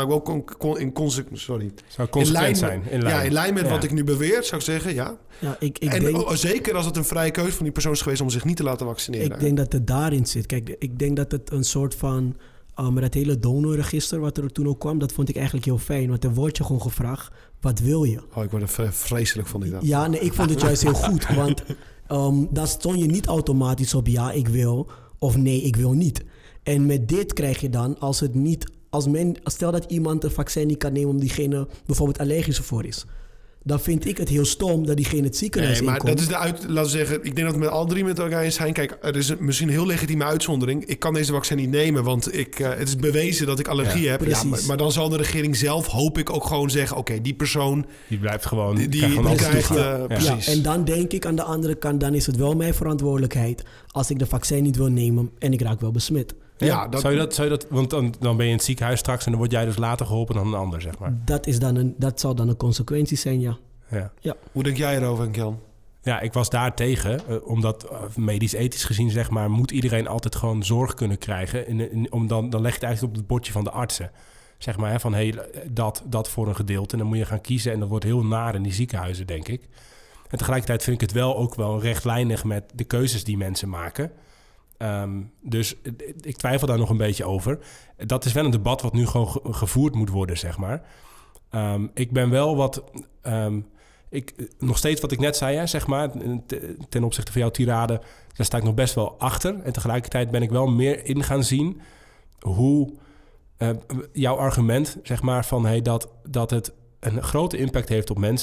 consequent zijn. In lijn met wat ik nu beweer, zou ik zeggen, ja. Ik denk, zeker als het een vrije keuze van die persoon is geweest om zich niet te laten vaccineren. Ik denk dat het daarin zit. Kijk, ik denk dat het een soort van... met het hele donorregister wat er toen ook kwam, dat vond ik eigenlijk heel fijn. Want er wordt je gewoon gevraagd, wat wil je? Oh, ik word er vreselijk van. Ja, nee, ik vond het juist heel goed. Want daar stond je niet automatisch op ja, ik wil of nee, ik wil niet. En met dit krijg je dan, stel dat iemand een vaccin niet kan nemen om diegene bijvoorbeeld allergisch voor is. Dan vind ik het heel stom dat diegene het ziekenhuis inkomt. Maar dat is laten we zeggen, ik denk dat we met alle drie met elkaar eens zijn. Kijk, er is misschien een heel legitieme uitzondering. Ik kan deze vaccin niet nemen, want het is bewezen dat ik allergie heb. Ja, maar dan zal de regering zelf, hoop ik, ook gewoon zeggen, oké, die persoon... Die blijft gewoon... Die krijgt precies. Ja, en dan denk ik aan de andere kant, dan is het wel mijn verantwoordelijkheid als ik de vaccin niet wil nemen en ik raak wel besmet. Ja, zou je dat, want dan ben je in het ziekenhuis straks en dan word jij dus later geholpen dan een ander, zeg maar. Dat zal dan een consequentie zijn, ja. Hoe denk jij erover, Jan? Ja, ik was daar tegen, omdat medisch-ethisch gezien, zeg maar, moet iedereen altijd gewoon zorg kunnen krijgen. Dan leg je het eigenlijk op het bordje van de artsen. Zeg maar, hè, van dat voor een gedeelte. En dan moet je gaan kiezen en dat wordt heel naar in die ziekenhuizen, denk ik. En tegelijkertijd vind ik het ook wel rechtlijnig met de keuzes die mensen maken. Dus ik twijfel daar nog een beetje over. Dat is wel een debat wat nu gewoon gevoerd moet worden, zeg maar. Ik ben wel wat... nog steeds wat ik net zei, hè, zeg maar, ten opzichte van jouw tirade, daar sta ik nog best wel achter. En tegelijkertijd ben ik wel meer in gaan zien hoe jouw argument, zeg maar, van dat het een grote impact heeft op mensen.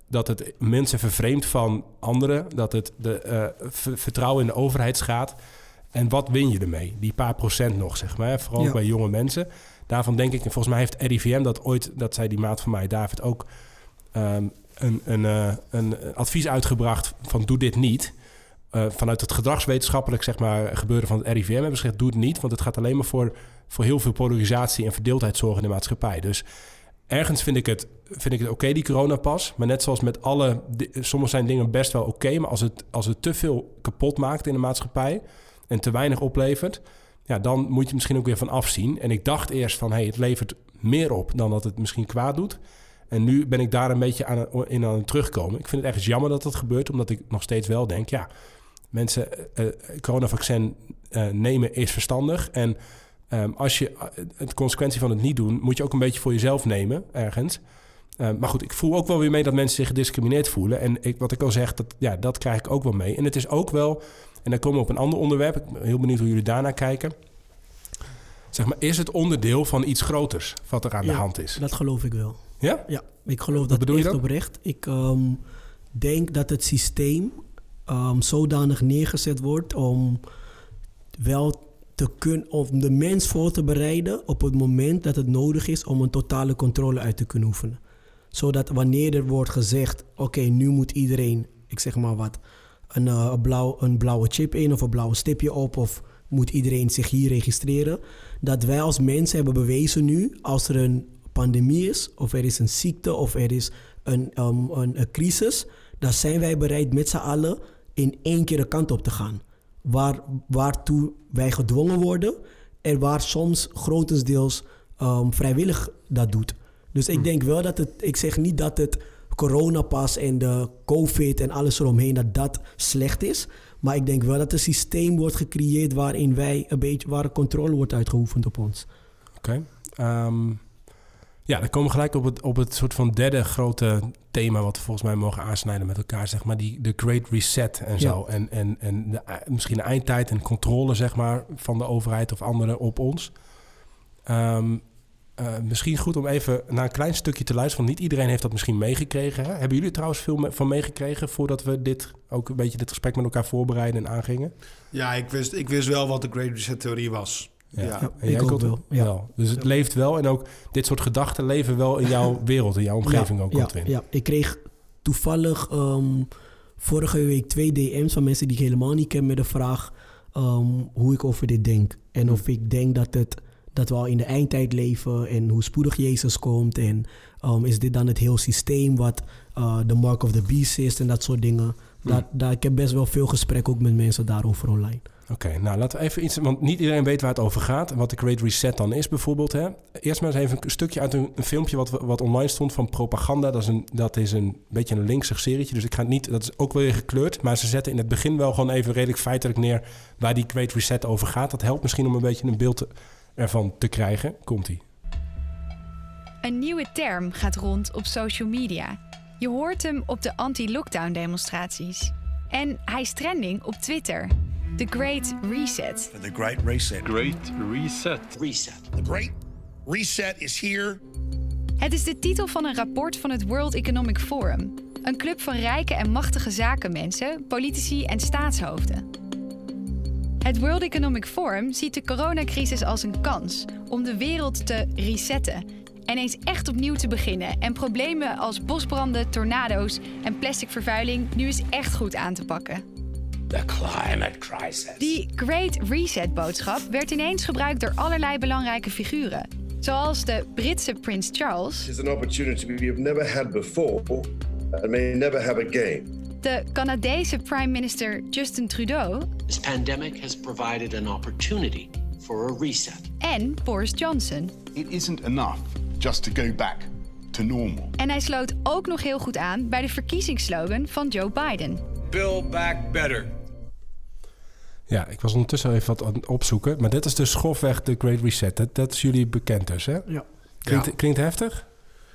dat het mensen vervreemdt van anderen. Dat het de vertrouwen in de overheid schaadt. En wat win je ermee? Die paar procent nog, zeg maar. Vooral bij jonge mensen. Daarvan denk ik, en volgens mij heeft RIVM dat ooit, dat zei die maat van mij, David, ook een advies uitgebracht van doe dit niet. Vanuit het gedragswetenschappelijk, zeg maar, gebeuren van het RIVM hebben ze gezegd, doe het niet. Want het gaat alleen maar voor heel veel polarisatie en verdeeldheid zorgen in de maatschappij. Dus ergens vind ik het oké, die coronapas. Maar net zoals met sommige zijn dingen best wel oké, maar als het te veel kapot maakt in de maatschappij en te weinig oplevert, ja, dan moet je misschien ook weer van afzien. En ik dacht eerst van, het levert meer op dan dat het misschien kwaad doet. En nu ben ik daar een beetje aan het terugkomen. Ik vind het ergens jammer dat dat gebeurt, omdat ik nog steeds wel denk, ja, mensen, coronavaccin nemen is verstandig. En als je de consequentie van het niet doen, moet je ook een beetje voor jezelf nemen, ergens. Maar goed, ik voel ook wel weer mee dat mensen zich gediscrimineerd voelen. En wat ik al zeg, dat krijg ik ook wel mee. En het is ook wel, en dan komen we op een ander onderwerp. Ik ben heel benieuwd hoe jullie daarnaar kijken. Zeg maar, is het onderdeel van iets groters wat er aan de hand is? Dat geloof ik wel. Ja? Ja, ik geloof dat echt oprecht. Ik denk dat het systeem zodanig neergezet wordt om wel te kunnen, om de mens voor te bereiden op het moment dat het nodig is om een totale controle uit te kunnen oefenen. Zodat wanneer er wordt gezegd, oké, nu moet iedereen, ik zeg maar wat, een blauwe chip in of een blauwe stipje op of moet iedereen zich hier registreren. Dat wij als mensen hebben bewezen nu, als er een pandemie is of er is een ziekte of er is een crisis, dan zijn wij bereid met z'n allen in één keer de kant op te gaan. Waartoe wij gedwongen worden en waar soms grotendeels vrijwillig dat doet. Dus ik denk wel dat ik zeg niet dat het coronapas en de COVID en alles eromheen dat slecht is. Maar ik denk wel dat een systeem wordt gecreëerd waarin wij waar controle wordt uitgeoefend op ons. Oké. Ja, dan komen we gelijk op het soort van derde grote thema wat we volgens mij mogen aansnijden met elkaar, zeg maar, de Great Reset en zo. Ja. En misschien de eindtijd en controle, zeg maar, van de overheid of anderen op ons. Misschien goed om even naar een klein stukje te luisteren, want niet iedereen heeft dat misschien meegekregen. Hè? Hebben jullie trouwens veel van meegekregen voordat we dit gesprek met elkaar voorbereiden en aangingen? Ja, ik wist wel wat de Great Reset-theorie was. Ja. En jij ook wel. Ja. Dus het leeft wel en ook dit soort gedachten leven wel in jouw wereld, in jouw omgeving ook, Godwin. Ja, ik kreeg toevallig vorige week 2 DM's van mensen die ik helemaal niet ken met de vraag hoe ik over dit denk. En of ik denk dat we al in de eindtijd leven en hoe spoedig Jezus komt. En is dit dan het heel systeem wat de mark of the beast is en dat soort dingen. Ik heb best wel veel gesprekken ook met mensen daarover online. Oké, nou laten we even iets, want niet iedereen weet waar het over gaat. Wat de Great Reset dan is bijvoorbeeld. Hè. Eerst maar eens even een stukje uit een filmpje wat online stond van Propaganda. Dat is een beetje een linksig serietje, dus ik ga het niet, dat is ook weer gekleurd. Maar ze zetten in het begin wel gewoon even redelijk feitelijk neer waar die Great Reset over gaat. Dat helpt misschien om een beetje een beeld ervan te krijgen. Komt-ie. Een nieuwe term gaat rond op social media. Je hoort hem op de anti-lockdown demonstraties. En hij is trending op Twitter. The Great Reset. The Great Reset. Great Reset. Reset. The Great Reset is here. Het is de titel van een rapport van het World Economic Forum. Een club van rijke en machtige zakenmensen, politici en staatshoofden. Het World Economic Forum ziet de coronacrisis als een kans om de wereld te resetten en eens echt opnieuw te beginnen en problemen als bosbranden, tornado's en plastic vervuiling nu eens echt goed aan te pakken. The climate crisis. Die Great Reset-boodschap werd ineens gebruikt door allerlei belangrijke figuren, zoals de Britse Prins Charles. It's an opportunity we've never had before and may never have again. De Canadese Prime Minister Justin Trudeau. This pandemic has provided an opportunity for a reset. En Boris Johnson. It isn't enough just to go back to normal. En hij sloot ook nog heel goed aan bij de verkiezingsslogan van Joe Biden. Build back better. Ja, ik was ondertussen even wat aan het opzoeken. Maar dit is dus grofweg de Great Reset. Dat is jullie bekend dus, hè? Ja. Klinkt heftig?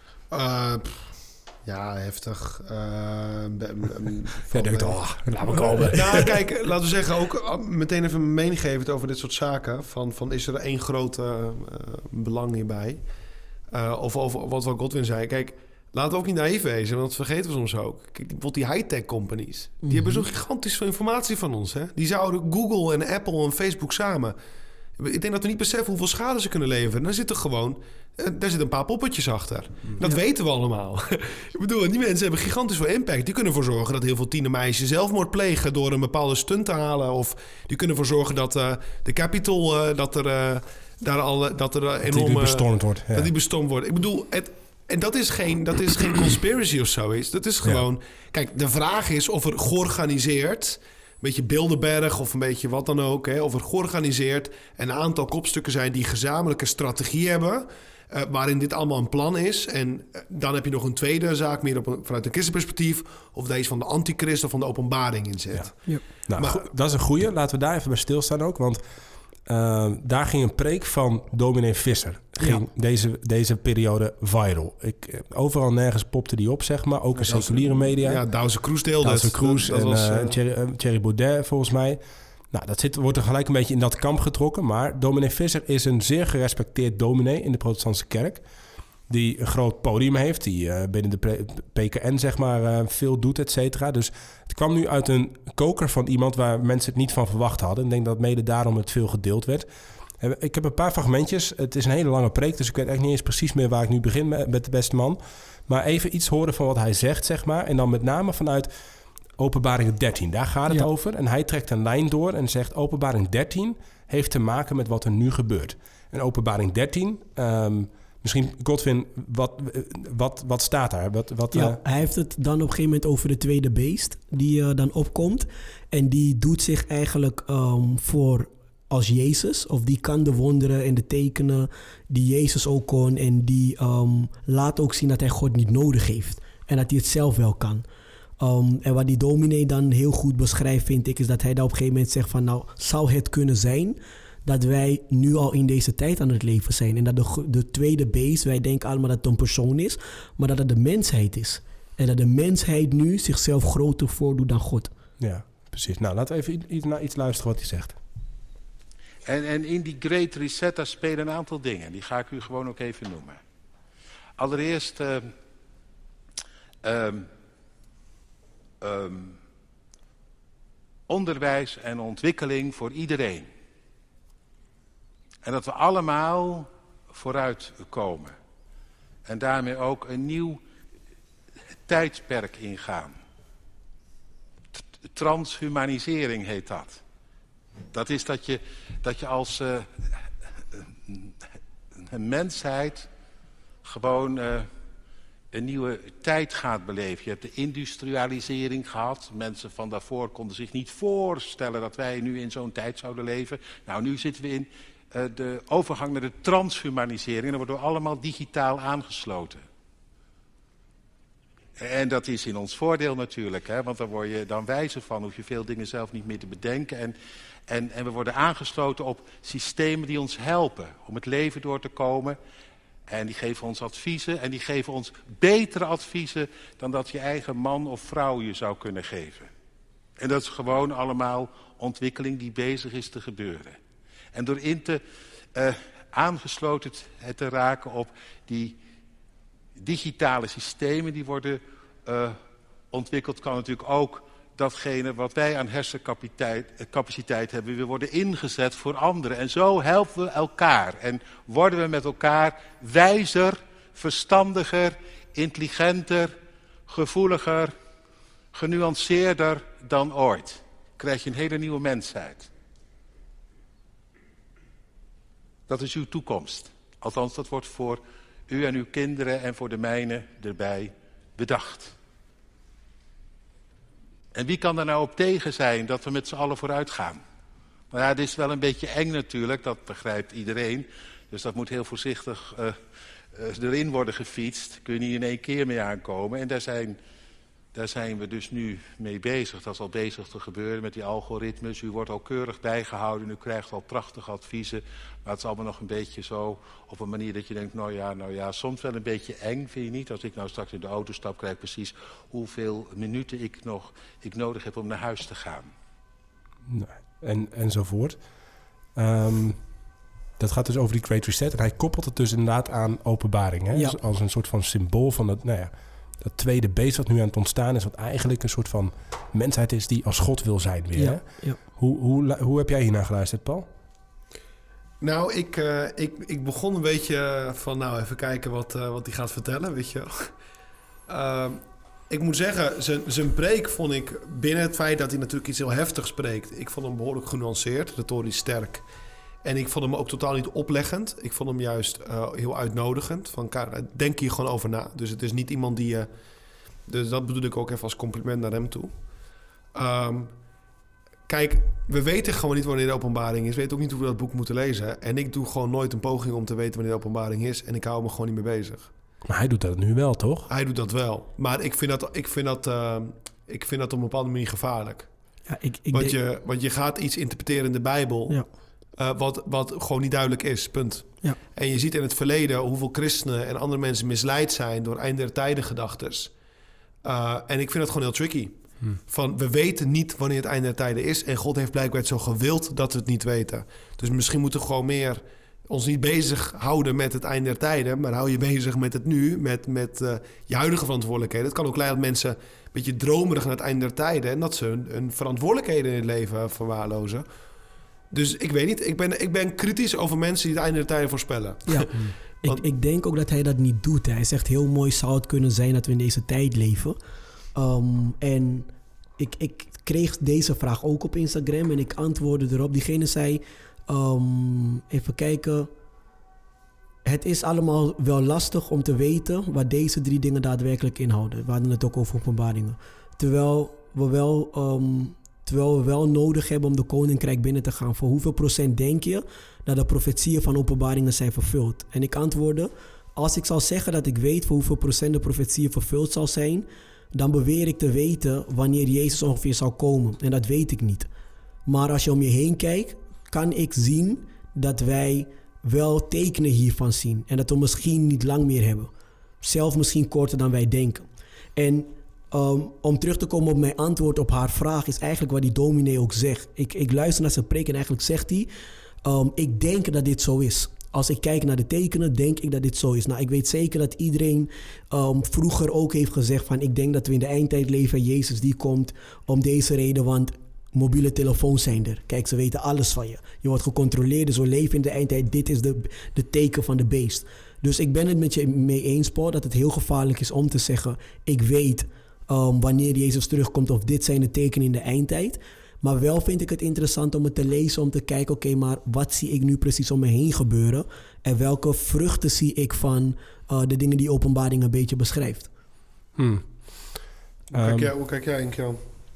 Ja, heftig. Jij denkt, laat me komen. Nou, kijk, laten we zeggen, ook meteen even mijn mening geven over dit soort zaken. Van is er één groot belang hierbij? Of over wat Godwin zei. Kijk, laten we ook niet naïef wezen, want dat vergeten we soms ook. Kijk, bijvoorbeeld die high-tech companies. Die hebben zo gigantisch veel informatie van ons. Hè? Die zouden Google en Apple en Facebook samen. Ik denk dat we niet beseffen hoeveel schade ze kunnen leveren. Daar zitten een paar poppetjes achter. Dat weten we allemaal. Ik bedoel, die mensen hebben gigantisch veel impact. Die kunnen ervoor zorgen dat heel veel tienermeisjes zelfmoord plegen door een bepaalde stunt te halen. Of die kunnen ervoor zorgen dat de Capitol, dat er enorm... Dat die bestormd wordt. Ja. Dat die bestormd wordt. Ik bedoel, en dat is geen conspiracy of zoiets. Dat is gewoon... Ja. Kijk, de vraag is of er georganiseerd... Een beetje Bilderberg of een beetje wat dan ook. Hè, of er georganiseerd een aantal kopstukken zijn die gezamenlijke strategie hebben. Waarin dit allemaal een plan is. En dan heb je nog een tweede zaak, meer vanuit een christenperspectief. Of deze van de antichrist of van de openbaring inzet. Ja. Nou, maar, dat is een goeie. Laten we daar even bij stilstaan ook. Want daar ging een preek van dominee Visser. Ging deze periode viral. Overal nergens popte die op, zeg maar. Ook in seculiere media. Ja, Douze Kroes deelde het. Douze Kroes en Thierry Baudet, volgens mij. Nou, wordt er gelijk een beetje in dat kamp getrokken. Maar dominee Visser is een zeer gerespecteerd dominee in de protestantse kerk. Die een groot podium heeft. Die binnen de PKN, zeg maar, veel doet, et cetera. Dus het kwam nu uit een koker van iemand waar mensen het niet van verwacht hadden. Ik denk dat mede daarom het veel gedeeld werd. Ik heb een paar fragmentjes. Het is een hele lange preek, dus ik weet echt niet eens precies meer waar ik nu begin met de beste man. Maar even iets horen van wat hij zegt, zeg maar. En dan met name vanuit Openbaring 13. Daar gaat het over. En hij trekt een lijn door en zegt... Openbaring 13 heeft te maken met wat er nu gebeurt. En Openbaring 13... misschien, Godwin, wat staat daar? Hij heeft het dan op een gegeven moment over de tweede beest... die dan opkomt. En die doet zich eigenlijk voor als Jezus. Of die kan de wonderen en de tekenen die Jezus ook kon. En die laat ook zien dat hij God niet nodig heeft. En dat hij het zelf wel kan. En wat die dominee dan heel goed beschrijft, vind ik... is dat hij daar op een gegeven moment zegt van... nou, zou het kunnen zijn dat wij nu al in deze tijd aan het leven zijn... en dat de tweede beest, wij denken allemaal dat het een persoon is... maar dat het de mensheid is. En dat de mensheid nu zichzelf groter voordoet dan God. Ja, precies. Nou, laten we even naar iets luisteren wat hij zegt. En in die Great Reset, daar spelen een aantal dingen. Die ga ik u gewoon ook even noemen. Allereerst... onderwijs en ontwikkeling voor iedereen. En dat we allemaal vooruit komen. En daarmee ook een nieuw tijdperk ingaan. Transhumanisering heet dat. Dat is dat je als een mensheid gewoon... een nieuwe tijd gaat beleven. Je hebt de industrialisering gehad. Mensen van daarvoor konden zich niet voorstellen dat wij nu in zo'n tijd zouden leven. Nou, nu zitten we in de overgang naar de transhumanisering. En dan worden we allemaal digitaal aangesloten. En dat is in ons voordeel natuurlijk. Hè? Want daar word je dan wijzer van. Hoef je veel dingen zelf niet meer te bedenken. En we worden aangesloten op systemen die ons helpen om het leven door te komen... En die geven ons adviezen en die geven ons betere adviezen... dan dat je eigen man of vrouw je zou kunnen geven. En dat is gewoon allemaal ontwikkeling die bezig is te gebeuren. En door aangesloten te raken op die digitale systemen die worden ontwikkeld... kan natuurlijk ook datgene wat wij aan hersencapaciteit hebben... weer worden ingezet voor anderen. En zo helpen we elkaar. En worden we met elkaar wijzer, verstandiger, intelligenter... gevoeliger, genuanceerder dan ooit. Krijg je een hele nieuwe mensheid. Dat is uw toekomst. Althans, dat wordt voor u en uw kinderen en voor de mijne erbij bedacht. En wie kan er nou op tegen zijn dat we met z'n allen vooruit gaan? Nou ja, het is wel een beetje eng natuurlijk, dat begrijpt iedereen. Dus dat moet heel voorzichtig erin worden gefietst. Daar kun je niet in één keer mee aankomen. En daar zijn we dus nu mee bezig. Dat is al bezig te gebeuren met die algoritmes. U wordt al keurig bijgehouden, u krijgt al prachtige adviezen. Maar het is allemaal nog een beetje zo op een manier dat je denkt... nou ja, soms wel een beetje eng, vind je niet? Als ik nou straks in de auto stap, krijg ik precies hoeveel minuten ik nodig heb om naar huis te gaan. Nee. Enzovoort. dat gaat dus over die Great Reset. En hij koppelt het dus inderdaad aan Openbaring. Hè? Ja. Dus als een soort van symbool van dat tweede beest wat nu aan het ontstaan is. Wat eigenlijk een soort van mensheid is die als God wil zijn weer. Ja, Hè? ja. Hoe heb jij hiernaar geluisterd, Paul? Nou, ik begon een beetje van, even kijken wat hij gaat vertellen, weet je. Ik moet zeggen, zijn preek vond ik, binnen het feit dat hij natuurlijk iets heel heftigs spreekt, ik vond hem behoorlijk genuanceerd, retorisch sterk. En ik vond hem ook totaal niet opleggend. Ik vond hem juist heel uitnodigend. Van, denk hier gewoon over na. Dus het is niet iemand die... dus dat bedoel ik ook even als compliment naar hem toe. Kijk, we weten gewoon niet wanneer de openbaring is. We weten ook niet hoe we dat boek moeten lezen. En ik doe gewoon nooit een poging om te weten wanneer de openbaring is. En ik hou me gewoon niet mee bezig. Maar hij doet dat nu wel, toch? Hij doet dat wel. Maar ik vind dat op een bepaalde manier gevaarlijk. Ja, want je gaat iets interpreteren in de Bijbel... Ja. Wat gewoon niet duidelijk is, punt. Ja. En je ziet in het verleden hoeveel christenen en andere mensen misleid zijn... door einde der tijden gedachtes. En ik vind dat gewoon heel tricky. Van, we weten niet wanneer het einde der tijden is... en God heeft blijkbaar het zo gewild dat we het niet weten. Dus misschien moeten we gewoon meer ons niet bezig houden met het einde der tijden... maar hou je bezig met het nu, met je huidige verantwoordelijkheden. Het kan ook leiden dat mensen een beetje dromerig naar het einde der tijden... en dat ze hun verantwoordelijkheden in het leven verwaarlozen... Dus ik weet niet. Ik ben kritisch over mensen die het einde der tijden voorspellen. Ja, ik denk ook dat hij dat niet doet. Hij zegt heel mooi, zou het kunnen zijn dat we in deze tijd leven. En ik kreeg deze vraag ook op Instagram en ik antwoordde erop. Diegene zei, even kijken. Het is allemaal wel lastig om te weten wat deze 3 dingen daadwerkelijk inhouden. We hadden het ook over openbaringen. Terwijl we wel nodig hebben om de koninkrijk binnen te gaan. Voor hoeveel procent denk je dat de profetieën van openbaringen zijn vervuld? En ik antwoordde, als ik zal zeggen dat ik weet voor hoeveel procent de profetieën vervuld zal zijn, dan beweer ik te weten wanneer Jezus ongeveer zal komen. En dat weet ik niet. Maar als je om je heen kijkt, kan ik zien dat wij wel tekenen hiervan zien. En dat we misschien niet lang meer hebben. Zelf misschien korter dan wij denken. En om terug te komen op mijn antwoord op haar vraag... is eigenlijk wat die dominee ook zegt. Ik luister naar zijn preek en eigenlijk zegt hij... ik denk dat dit zo is. Als ik kijk naar de tekenen, denk ik dat dit zo is. Nou, ik weet zeker dat iedereen vroeger ook heeft gezegd... van ik denk dat we in de eindtijd leven... Jezus die komt om deze reden, want... mobiele telefoons zijn er. Kijk, ze weten alles van je. Je wordt gecontroleerd, dus we leven in de eindtijd. Dit is de teken van de beest. Dus ik ben het met je mee eens, Paul... dat het heel gevaarlijk is om te zeggen... ik weet... wanneer Jezus terugkomt of dit zijn de tekenen in de eindtijd. Maar wel vind ik het interessant om het te lezen, om te kijken... oké, maar wat zie ik nu precies om me heen gebeuren? En welke vruchten zie ik van de dingen die Openbaring een beetje beschrijft? Hoe kijk jij, Inkjan?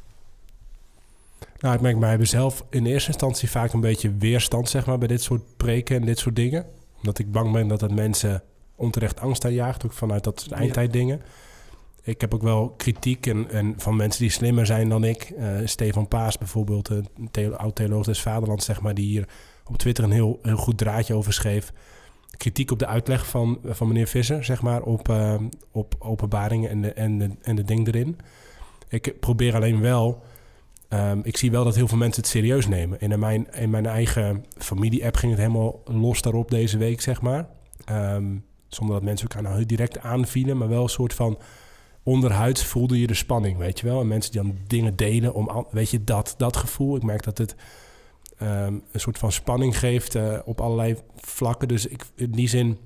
Nou, ik merk bij mezelf in eerste instantie vaak een beetje weerstand... zeg maar, bij dit soort preken en dit soort dingen. Omdat ik bang ben dat het mensen onterecht angst aanjaagt. Ook vanuit dat soort eindtijddingen. Ik heb ook wel kritiek en van mensen die slimmer zijn dan ik. Stefan Paas bijvoorbeeld, een oud-theoloog des Vaderlands, zeg maar... die hier op Twitter een heel goed draadje over schreef. Kritiek op de uitleg van meneer Visser, zeg maar... op Openbaringen en de ding erin. Ik probeer alleen wel... ik zie wel dat heel veel mensen het serieus nemen. In mijn eigen familie-app ging het helemaal los daarop deze week, zeg maar. Zonder dat mensen elkaar nou direct aanvielen... maar wel een soort van... onderhuids voelde je de spanning, weet je wel. En mensen die dan dingen delen om... weet je, dat gevoel. Ik merk dat het een soort van spanning geeft op allerlei vlakken. Dus in die zin...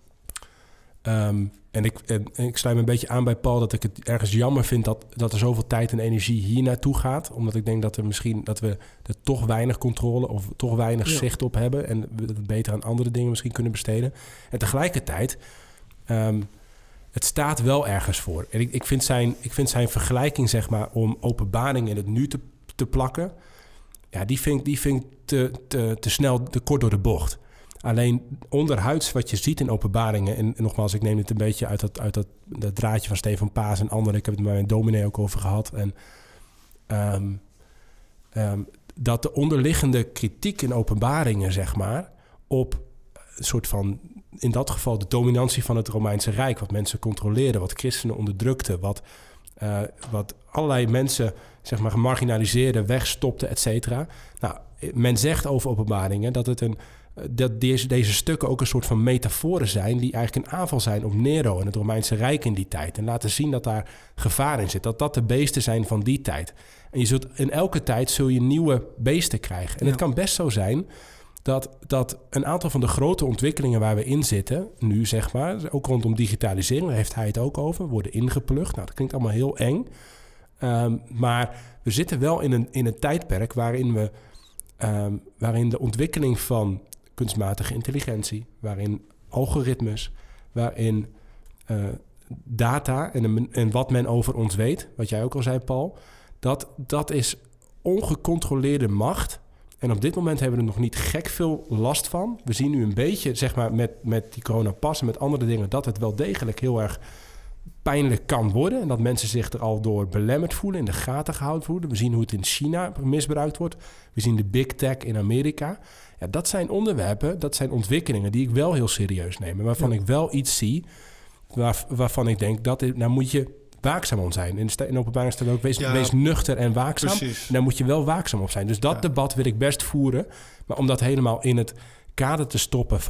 En ik sluit me een beetje aan bij Paul... dat ik het ergens jammer vind dat er zoveel tijd en energie hier naartoe gaat. Omdat ik denk dat we er toch weinig controle... of toch weinig zicht op hebben... en we het beter aan andere dingen misschien kunnen besteden. En tegelijkertijd... het staat wel ergens voor. En ik vind zijn vergelijking, zeg maar... om Openbaring in het nu te plakken... ja, die vind ik te snel, te kort door de bocht. Alleen onderhuids wat je ziet in Openbaringen... en nogmaals, ik neem het een beetje uit dat draadje van Stefan Paas en anderen... ik heb het met mijn dominee ook over gehad... en dat de onderliggende kritiek in Openbaringen, zeg maar... op een soort van, in dat geval, de dominantie van het Romeinse Rijk... wat mensen controleerden, wat christenen onderdrukten... wat allerlei mensen, zeg maar, gemarginaliseerden, wegstopten, et cetera. Nou, men zegt over Openbaringen dat het dat deze stukken ook een soort van metaforen zijn die eigenlijk een aanval zijn op Nero en het Romeinse Rijk in die tijd. En laten zien dat daar gevaar in zit. Dat de beesten zijn van die tijd. En in elke tijd zul je nieuwe beesten krijgen. En het kan best zo zijn dat een aantal van de grote ontwikkelingen waar we in zitten, nu zeg maar, ook rondom digitalisering, daar heeft hij het ook over, worden ingeplucht. Nou, dat klinkt allemaal heel eng. Maar we zitten wel in een tijdperk waarin de ontwikkeling van kunstmatige intelligentie, waarin algoritmes, waarin data en wat men over ons weet, wat jij ook al zei, Paul, dat is ongecontroleerde macht. En op dit moment hebben we er nog niet gek veel last van. We zien nu een beetje, zeg maar, met die coronapas en met andere dingen, dat het wel degelijk heel erg pijnlijk kan worden. En dat mensen zich er al door belemmerd voelen, in de gaten gehouden voelen. We zien hoe het in China misbruikt wordt. We zien de big tech in Amerika. Ja, dat zijn onderwerpen, dat zijn ontwikkelingen die ik wel heel serieus neem. En waarvan ik wel iets zie, waarvan ik denk, daar moet je waakzaam om zijn. In openbaring staat ook, wees nuchter en waakzaam. Precies. En daar moet je wel waakzaam op zijn. Dus dat debat wil ik best voeren. Maar om dat helemaal in het kader te stoppen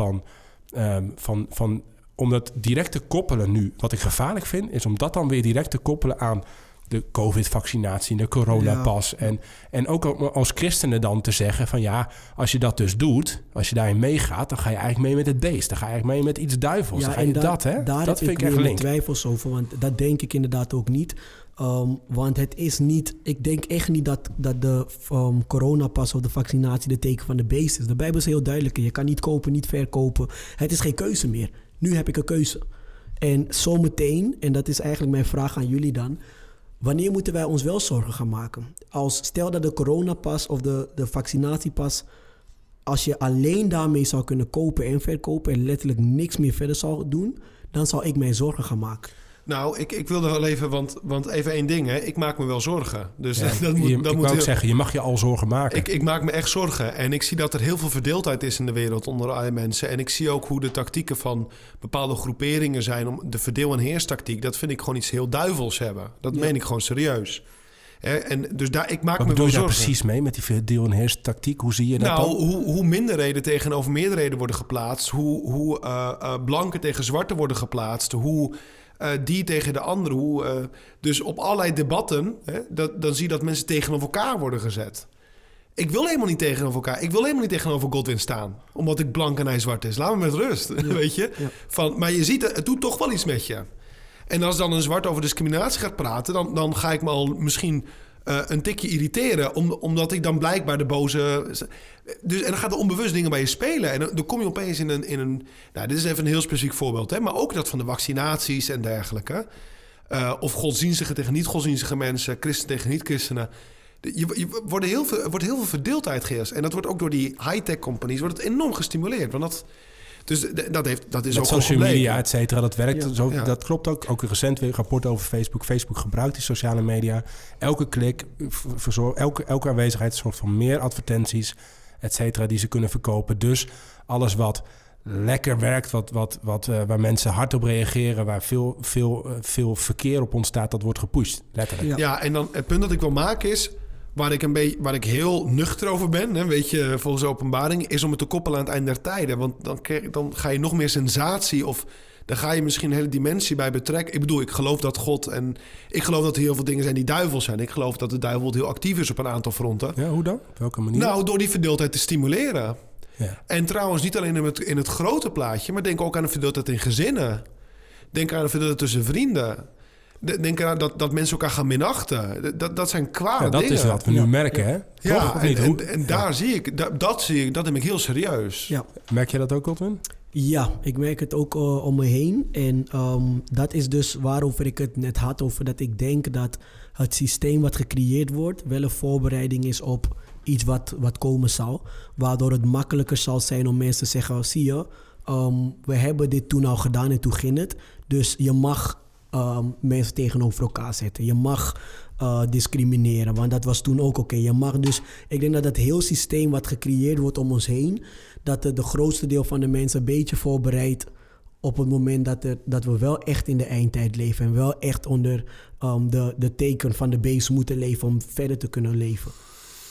van om dat direct te koppelen nu. Wat ik gevaarlijk vind, is om dat dan weer direct te koppelen aan de COVID-vaccinatie, de coronapas. Ja. En ook als christenen dan te zeggen van ja, als je dat dus doet, als je daarin meegaat, dan ga je eigenlijk mee met het beest. Dan ga je eigenlijk mee met iets duivels. Ja, en dat vind ik echt link. Twijfels over, want dat denk ik inderdaad ook niet. Want het is niet, ik denk echt niet dat de coronapas of de vaccinatie de teken van de beest is. De Bijbel is heel duidelijk. Je kan niet kopen, niet verkopen. Het is geen keuze meer. Nu heb ik een keuze. En zometeen, en dat is eigenlijk mijn vraag aan jullie dan, wanneer moeten wij ons wel zorgen gaan maken? Stel dat de coronapas of de vaccinatiepas, als je alleen daarmee zou kunnen kopen en verkopen en letterlijk niks meer verder zou doen, dan zou ik mij zorgen gaan maken. Nou, ik wilde wel even, want even één ding, hè. Ik maak me wel zorgen. Dus ja, ik wou ook zeggen, je mag je al zorgen maken. Ik maak me echt zorgen. En ik zie dat er heel veel verdeeldheid is in de wereld onder alle mensen. En ik zie ook hoe de tactieken van bepaalde groeperingen zijn om de verdeel- en heerstactiek. Dat vind ik gewoon iets heel duivels hebben. Dat meen ik gewoon serieus. En dus ik maak me wel zorgen. Wat bedoel je daar precies mee met die verdeel- en heerstactiek? Hoe zie je dat dan? Hoe minderheden tegenover meerderheden worden geplaatst. Hoe blanken tegen zwarte worden geplaatst. Hoe die tegen de andere. Dus op allerlei debatten, dan zie je dat mensen tegenover elkaar worden gezet. Ik wil helemaal niet tegenover elkaar. Ik wil helemaal niet tegenover Godwin staan. Omdat ik blank en hij zwart is. Laat me met rust, weet je. Ja. Maar je ziet, het doet toch wel iets met je. En als dan een zwart over discriminatie gaat praten, dan ga ik me al misschien een tikje irriteren. Omdat ik dan blijkbaar de boze. Dus, en dan gaat er onbewust dingen bij je spelen. En dan kom je opeens in een. Nou, dit is even een heel specifiek voorbeeld. Hè? Maar ook dat van de vaccinaties en dergelijke. Of godsdienstige tegen niet-godsdienstige mensen. Christen tegen niet-christenen. Wordt heel veel verdeeldheid geheerst. En dat wordt ook door die high-tech companies wordt het enorm gestimuleerd. Want dat is met ook social media, et cetera, dat werkt. Ja. Zo, ja. Dat klopt ook. Ook recent weer een rapport over Facebook. Facebook gebruikt die sociale media. Elke klik, elke aanwezigheid zorgt voor meer advertenties, et cetera, die ze kunnen verkopen. Dus alles wat lekker werkt, waar mensen hard op reageren, waar veel verkeer op ontstaat, dat wordt gepusht, letterlijk. Ja, en dan het punt dat ik wil maken is, waar ik heel nuchter over ben, hè, weet je, volgens de openbaring, is om het te koppelen aan het einde der tijden. Want dan ga je nog meer sensatie of dan ga je misschien een hele dimensie bij betrekken. Ik bedoel, ik geloof dat God en ik geloof dat er heel veel dingen zijn die duivels zijn. Ik geloof dat de duivel heel actief is op een aantal fronten. Ja, hoe dan? Op welke manier? Nou, door die verdeeldheid te stimuleren. Ja. En trouwens niet alleen in het grote plaatje, maar denk ook aan de verdeeldheid in gezinnen. Denk aan de verdeeldheid tussen vrienden. Denk eraan dat mensen elkaar gaan minachten. Dat zijn kwade dingen. Dat is wat we nu merken, hè? Ja, en daar zie ik, dat neem ik heel serieus. Ja. Merk je dat ook, Godwin? Ja, ik merk het ook om me heen. En dat is dus waarover ik het net had, over dat ik denk dat het systeem wat gecreëerd wordt wel een voorbereiding is op iets wat komen zal. Waardoor het makkelijker zal zijn om mensen te zeggen, zie je, we hebben dit toen al gedaan en toen ging het. Dus je mag mensen tegenover elkaar zetten. Je mag discrimineren, want dat was toen ook oké. Je mag dus, ik denk dat het heel systeem wat gecreëerd wordt om ons heen, dat de grootste deel van de mensen een beetje voorbereidt op het moment dat we wel echt in de eindtijd leven en wel echt onder de teken van de beest moeten leven om verder te kunnen leven.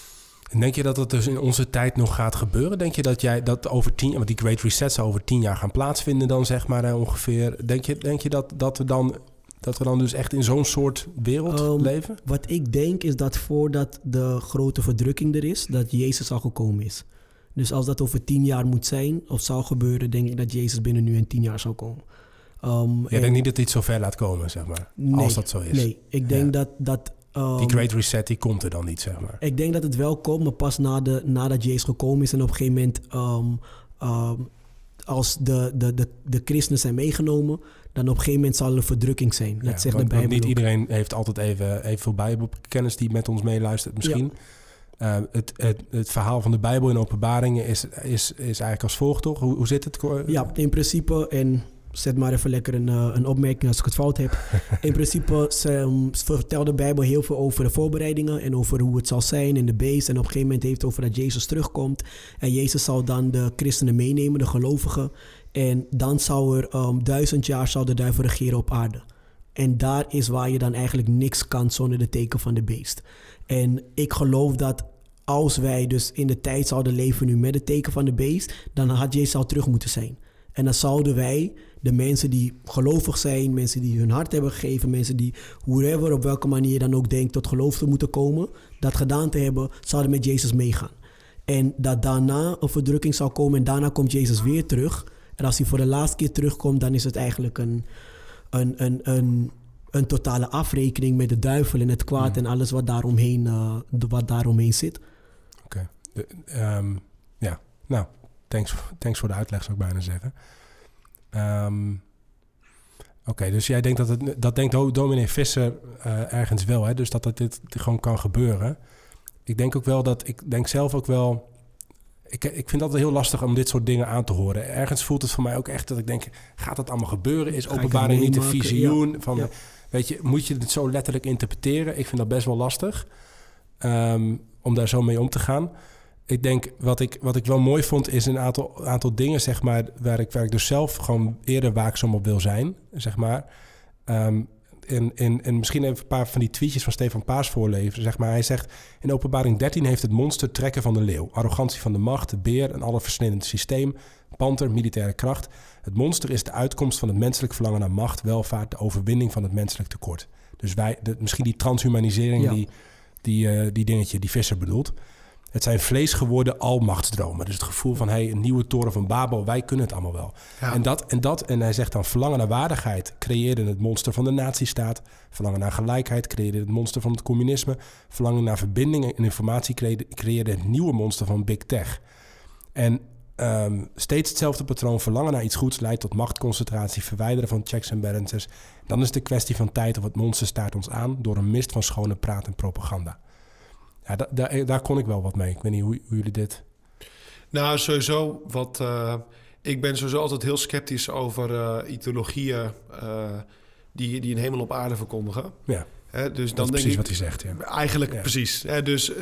En denk je dat het dus in onze tijd nog gaat gebeuren? Denk je dat jij dat over 10 jaar... Want die Great Reset zou over 10 jaar gaan plaatsvinden dan, zeg maar, ongeveer. Denk je dat we dan dus echt in zo'n soort wereld leven? Wat ik denk is dat voordat de grote verdrukking er is, dat Jezus al gekomen is. Dus als dat over 10 jaar moet zijn of zou gebeuren, denk ik dat Jezus binnen nu en 10 jaar zou komen. Jij denkt niet dat hij het zo ver laat komen, zeg maar? Nee, als dat zo is? Nee, ik denk dat die Great Reset, die komt er dan niet, zeg maar? Ik denk dat het wel komt, maar pas nadat Jezus gekomen is en op een gegeven moment... als de christenen zijn meegenomen, dan op een gegeven moment zal er verdrukking zijn. Dat zegt de Bijbel. Niet iedereen heeft altijd even veel Bijbelkennis die met ons meeluistert misschien. Ja. Het verhaal van de Bijbel in Openbaringen is eigenlijk als volgt, toch? Hoe zit het? Ja, in principe, en zet maar even lekker een opmerking als ik het fout heb. In principe vertelt de Bijbel heel veel over de voorbereidingen en over hoe het zal zijn in de beest. En op een gegeven moment heeft het over dat Jezus terugkomt. En Jezus zal dan de christenen meenemen, de gelovigen. En dan zou er 1000 jaar zou de duivel regeren op aarde. En daar is waar je dan eigenlijk niks kan zonder de teken van de beest. En ik geloof dat als wij dus in de tijd zouden leven nu met het teken van de beest, dan had Jezus al terug moeten zijn. En dan zouden wij, de mensen die gelovig zijn, mensen die hun hart hebben gegeven, mensen die whoever, op welke manier dan ook denkt tot geloof te moeten komen, dat gedaan te hebben, zouden met Jezus meegaan. En dat daarna een verdrukking zou komen en daarna komt Jezus weer terug. En als hij voor de laatste keer terugkomt, dan is het eigenlijk een totale afrekening met de duivel en het kwaad en alles wat daaromheen zit. Oké. Ja, nou, thanks voor de uitleg, zou ik bijna zeggen. Oké, dus jij denkt dat denkt dominee Visser ergens wel, hè? Dus dat dit gewoon kan gebeuren. Ik denk zelf ook wel... Ik vind het altijd heel lastig om dit soort dingen aan te horen. Ergens voelt het voor mij ook echt dat ik denk, gaat dat allemaal gebeuren? Is Openbaring niet een visioen? Ja. Weet je, moet je het zo letterlijk interpreteren? Ik vind dat best wel lastig om daar zo mee om te gaan. Ik denk, wat ik wel mooi vond, is een aantal dingen, zeg maar, waar ik dus zelf gewoon eerder waakzaam op wil zijn, zeg maar. En misschien even een paar van die tweetjes van Stefan Paas voorlezen. Zeg maar. Hij zegt, in Openbaring 13 heeft het monster trekken van de leeuw. Arrogantie van de macht, de beer, een allerversnellend systeem. Panter, militaire kracht. Het monster is de uitkomst van het menselijk verlangen naar macht, welvaart, de overwinning van het menselijk tekort. Dus misschien die transhumanisering, die dingetje, die Visser bedoelt. Het zijn vleesgeworden almachtsdromen. Dus het gevoel van, een nieuwe toren van Babel, wij kunnen het allemaal wel. Ja. En hij zegt dan, verlangen naar waardigheid creëerde het monster van de nazistaat. Verlangen naar gelijkheid creëerde het monster van het communisme. Verlangen naar verbinding en informatie creëerde het nieuwe monster van Big Tech. En steeds hetzelfde patroon, verlangen naar iets goeds leidt tot machtconcentratie, verwijderen van checks en balances. Dan is het de kwestie van tijd of het monster staart ons aan door een mist van schone praat en propaganda. Ja, daar kon ik wel wat mee. Ik weet niet hoe jullie dit... Nou, sowieso ik ben sowieso altijd heel sceptisch over ideologieën die een hemel op aarde verkondigen. Ja, dus dat is precies wat hij zegt. Ja. Eigenlijk precies. Dus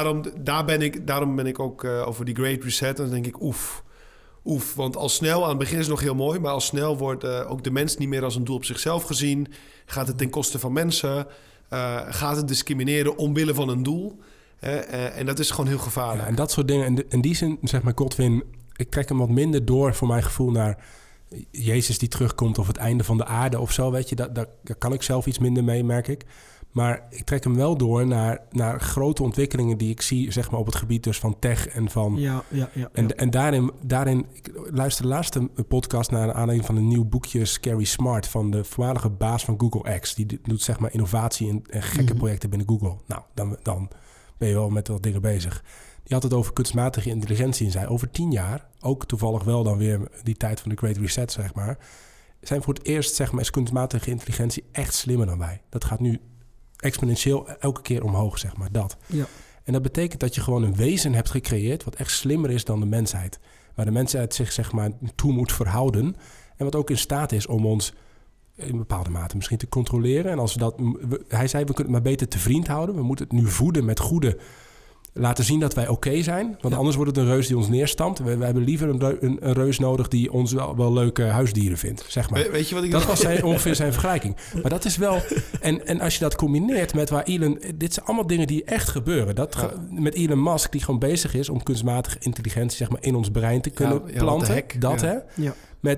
daarom ben ik ook over die Great Reset. Dan denk ik oef. Want al snel, aan het begin is het nog heel mooi, maar al snel wordt ook de mens niet meer als een doel op zichzelf gezien. Gaat het ten koste van mensen? Gaat het discrimineren omwille van een doel? En dat is gewoon heel gevaarlijk. Ja, en dat soort dingen. In die zin, zeg maar, Godwin, ik trek hem wat minder door voor mijn gevoel naar Jezus die terugkomt of het einde van de aarde of zo. Weet je, daar kan ik zelf iets minder mee, merk ik. Maar ik trek hem wel door naar grote ontwikkelingen die ik zie, zeg maar, op het gebied dus van tech en van... Ja. En daarin, ik luisterde laatst een podcast naar aanleiding van een nieuw boekje Scary Smart van de voormalige baas van Google X. Die doet, zeg maar, innovatie en gekke projecten binnen Google. Nou, dan ben je wel met wat dingen bezig. Die had het over kunstmatige intelligentie en zei, over 10 jaar, ook toevallig wel dan weer die tijd van de Great Reset, zeg maar, zijn voor het eerst, zeg maar, is kunstmatige intelligentie echt slimmer dan wij. Dat gaat nu exponentieel elke keer omhoog, zeg maar, dat. Ja. En dat betekent dat je gewoon een wezen hebt gecreëerd wat echt slimmer is dan de mensheid. Waar de mensheid zich, zeg maar, toe moet verhouden. En wat ook in staat is om ons in bepaalde mate misschien te controleren. En als hij zei, we kunnen het maar beter te vriend houden. We moeten het nu voeden met goede laten zien dat wij oké zijn. Want anders wordt het een reus die ons neerstampt. We hebben liever een reus nodig die ons wel leuke huisdieren vindt, zeg maar. Weet je wat ik dat was ongeveer zijn vergelijking. Maar dat is wel... En als je dat combineert met waar Elon... Dit zijn allemaal dingen die echt gebeuren. Met Elon Musk, die gewoon bezig is om kunstmatige intelligentie, zeg maar, in ons brein te kunnen planten. Hè? Ja.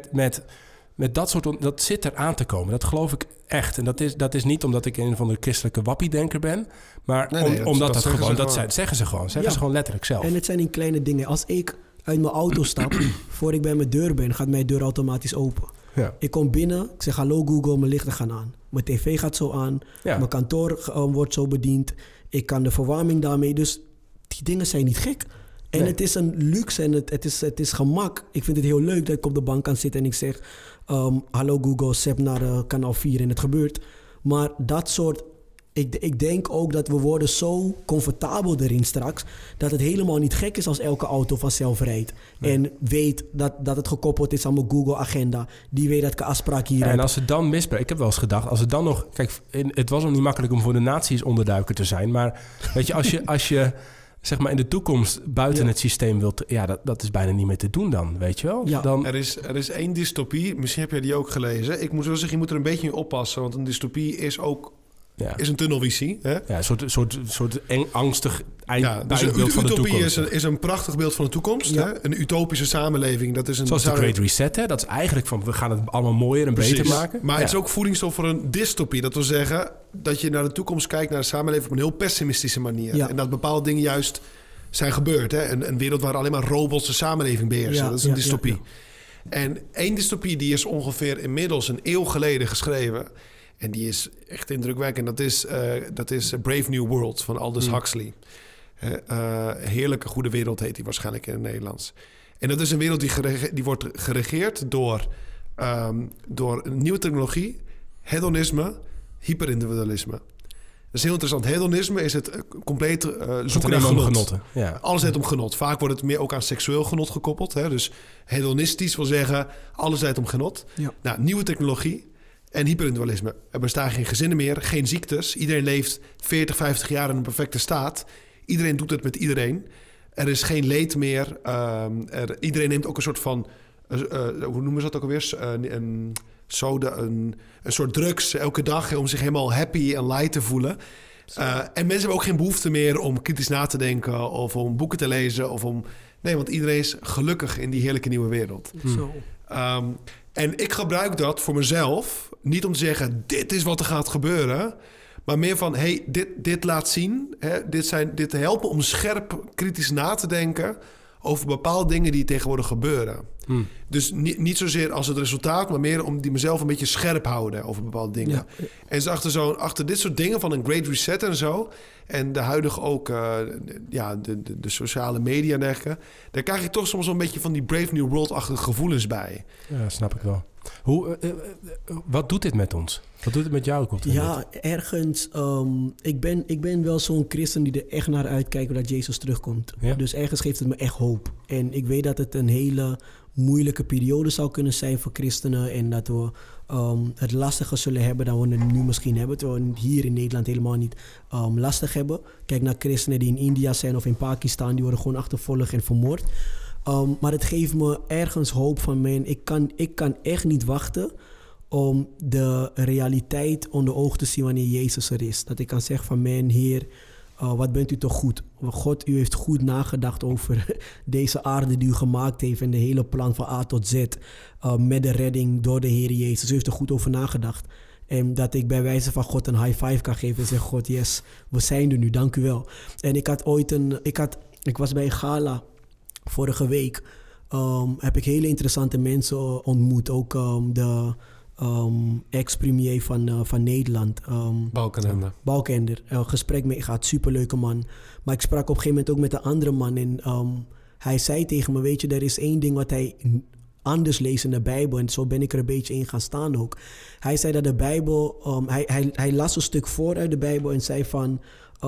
Met dat soort... Dat zit er aan te komen. Dat geloof ik echt. En dat is niet omdat ik een van de christelijke wappiedenker ben. Maar omdat dat gewoon... Dat zeggen ze gewoon. Zeggen ze gewoon letterlijk zelf. En het zijn in kleine dingen. Als ik uit mijn auto stap, voor ik bij mijn deur ben, gaat mijn deur automatisch open. Ja. Ik kom binnen, ik zeg hallo Google, mijn lichten gaan aan. Mijn tv gaat zo aan. Ja. Mijn kantoor wordt zo bediend. Ik kan de verwarming daarmee. Dus die dingen zijn niet gek. En het is een luxe en het is gemak. Ik vind het heel leuk dat ik op de bank kan zitten en ik zeg... hallo Google, zet naar kanaal 4 en het gebeurt. Maar dat soort... Ik denk ook dat we worden zo comfortabel erin straks... dat het helemaal niet gek is als elke auto vanzelf rijdt. Nee. En weet dat het gekoppeld is aan mijn Google-agenda. Die weet dat ik een afspraak hier heb. En als het dan misbruikt... Ik heb wel eens gedacht, als het dan nog... Kijk, het was nog niet makkelijk om voor de nazi's onderduiker te zijn. Maar weet je, als je zeg maar in de toekomst buiten het systeem wilt... Ja, dat is bijna niet meer te doen dan, weet je wel? Ja. Dan... Er is één dystopie. Misschien heb jij die ook gelezen. Ik moet wel zeggen, je moet er een beetje mee oppassen. Want een dystopie is ook... Ja. Is een tunnelvisie. Hè? Ja, een soort angstig dus beeld van de toekomst. Is een prachtig beeld van de toekomst. Ja. Hè? Een utopische samenleving. Dat is zoals de Great Reset. Hè? Dat is eigenlijk van, we gaan het allemaal mooier en beter maken. Maar het is ook voedingsstof voor een dystopie. Dat wil zeggen dat je naar de toekomst kijkt, naar de samenleving... op een heel pessimistische manier. Ja. En dat bepaalde dingen juist zijn gebeurd. Hè? Een wereld waar alleen maar robots de samenleving beheersen. Ja, dat is een dystopie. Ja. En één dystopie die is ongeveer inmiddels een eeuw geleden geschreven... En die is echt indrukwekkend. Dat is Brave New World van Aldous Huxley. Heerlijke goede wereld heet die waarschijnlijk in het Nederlands. En dat is een wereld die wordt geregeerd door nieuwe technologie, hedonisme, hyperindividualisme. Dat is heel interessant. Hedonisme is het compleet zoeken naar genot. Ja. Alles draait om genot. Vaak wordt het meer ook aan seksueel genot gekoppeld. Hè? Dus hedonistisch wil zeggen, alles draait om genot. Ja. Nou, nieuwe technologie en hyperindividualisme. Er bestaan geen gezinnen meer, geen ziektes. Iedereen leeft 40, 50 jaar in een perfecte staat. Iedereen doet het met iedereen. Er is geen leed meer. Iedereen neemt ook een soort van... hoe noemen ze dat ook alweer? Een soort drugs elke dag... om zich helemaal happy en light te voelen. En mensen hebben ook geen behoefte meer om kritisch na te denken... of om boeken te lezen. Nee, want iedereen is gelukkig in die heerlijke nieuwe wereld. Zo. En ik gebruik dat voor mezelf. Niet om te zeggen, dit is wat er gaat gebeuren... maar meer van, hey, dit laat zien. Hè, dit helpt me om scherp kritisch na te denken... over bepaalde dingen die tegenwoordig gebeuren. Dus niet zozeer als het resultaat... maar meer om die mezelf een beetje scherp houden over bepaalde dingen. Ja. En dus achter dit soort dingen van een Great Reset en zo... en de huidige ook de sociale media en dergelijke... daar krijg ik toch soms een beetje van die Brave New World-achtige gevoelens bij. Ja, snap ik wel. Wat doet dit met ons? Wat doet het met jou? Ergens... Ik ben wel zo'n christen die er echt naar uitkijkt... dat Jezus terugkomt. Ja? Dus ergens geeft het me echt hoop. En ik weet dat het een hele moeilijke periode zou kunnen zijn voor christenen... en dat we het lastiger zullen hebben dan we het nu misschien hebben... terwijl we hier in Nederland helemaal niet lastig hebben. Kijk naar christenen die in India zijn of in Pakistan... die worden gewoon achtervolgd en vermoord. Maar het geeft me ergens hoop van... man, ik kan echt niet wachten... om de realiteit onder ogen te zien wanneer Jezus er is. Dat ik kan zeggen van, man, Heer, wat bent u toch goed. God, u heeft goed nagedacht over deze aarde die u gemaakt heeft... en de hele plan van A tot Z met de redding door de Heer Jezus. U heeft er goed over nagedacht. En dat ik bij wijze van God een high five kan geven en zeg... God, yes, we zijn er nu, dank u wel. En ik was bij een gala vorige week... heb ik hele interessante mensen ontmoet. Ook de... ex-premier van Nederland. Balkenende. Gesprek mee gehad, superleuke man. Maar ik sprak op een gegeven moment ook met een andere man. En hij zei tegen me, weet je, er is één ding wat hij anders leest in de Bijbel. En zo ben ik er een beetje in gaan staan ook. Hij zei dat de Bijbel... Hij las een stuk voor uit de Bijbel en zei van...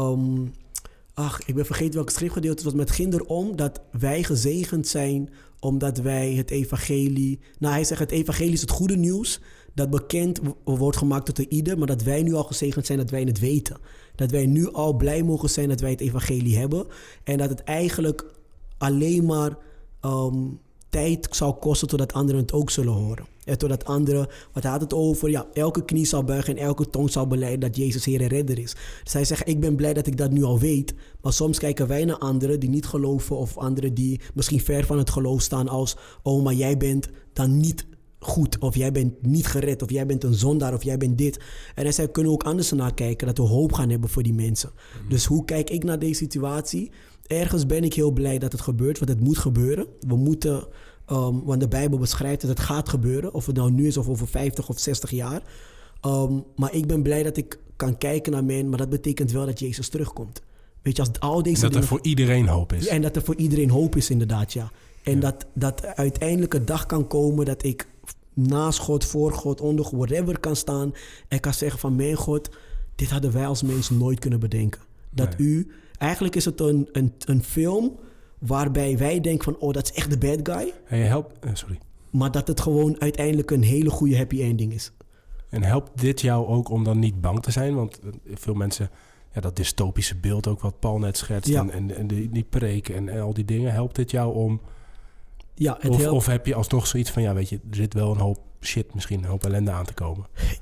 ik ben vergeten welk schriftgedeelte het was. Maar het ging erom dat wij gezegend zijn... omdat wij het evangelie... hij zegt het evangelie is het goede nieuws... dat bekend wordt gemaakt tot ieder, maar dat wij nu al gezegend zijn dat wij het weten. Dat wij nu al blij mogen zijn dat wij het evangelie hebben. En dat het eigenlijk alleen maar tijd zal kosten totdat anderen het ook zullen horen. En totdat anderen, wat had het over? Ja, elke knie zal buigen en elke tong zal belijden dat Jezus Heer en Redder is. Dus hij zegt, ik ben blij dat ik dat nu al weet. Maar soms kijken wij naar anderen die niet geloven of anderen die misschien ver van het geloof staan als, oh, maar jij bent dan niet goed, of jij bent niet gered, of jij bent een zondaar, of jij bent dit. En hij zei, kunnen we ook anders naar kijken, dat we hoop gaan hebben voor die mensen. Dus hoe kijk ik naar deze situatie? Ergens ben ik heel blij dat het gebeurt, want het moet gebeuren. We moeten, want de Bijbel beschrijft dat het gaat gebeuren, of het nou nu is of over 50 of 60 jaar. Maar ik ben blij dat ik kan kijken naar men, maar dat betekent wel dat Jezus terugkomt. Weet je, als al deze dat dingen, er voor iedereen hoop is. En dat er voor iedereen hoop is, inderdaad, ja. En dat uiteindelijk een dag kan komen dat ik naast God, voor God, onder God, whatever kan staan en kan zeggen van, mijn God, dit hadden wij als mensen nooit kunnen bedenken. Dat eigenlijk is het een film waarbij wij denken van, oh, dat is echt de bad guy. En je helpt, maar dat het gewoon uiteindelijk een hele goede happy ending is. En helpt dit jou ook om dan niet bang te zijn? Want veel mensen, dat dystopische beeld ook wat Paul net schetst en die preek en al die dingen, helpt dit jou om... Ja, of heb je alsnog zoiets van, weet je, er zit wel een hoop shit, misschien een hoop ellende aan te komen?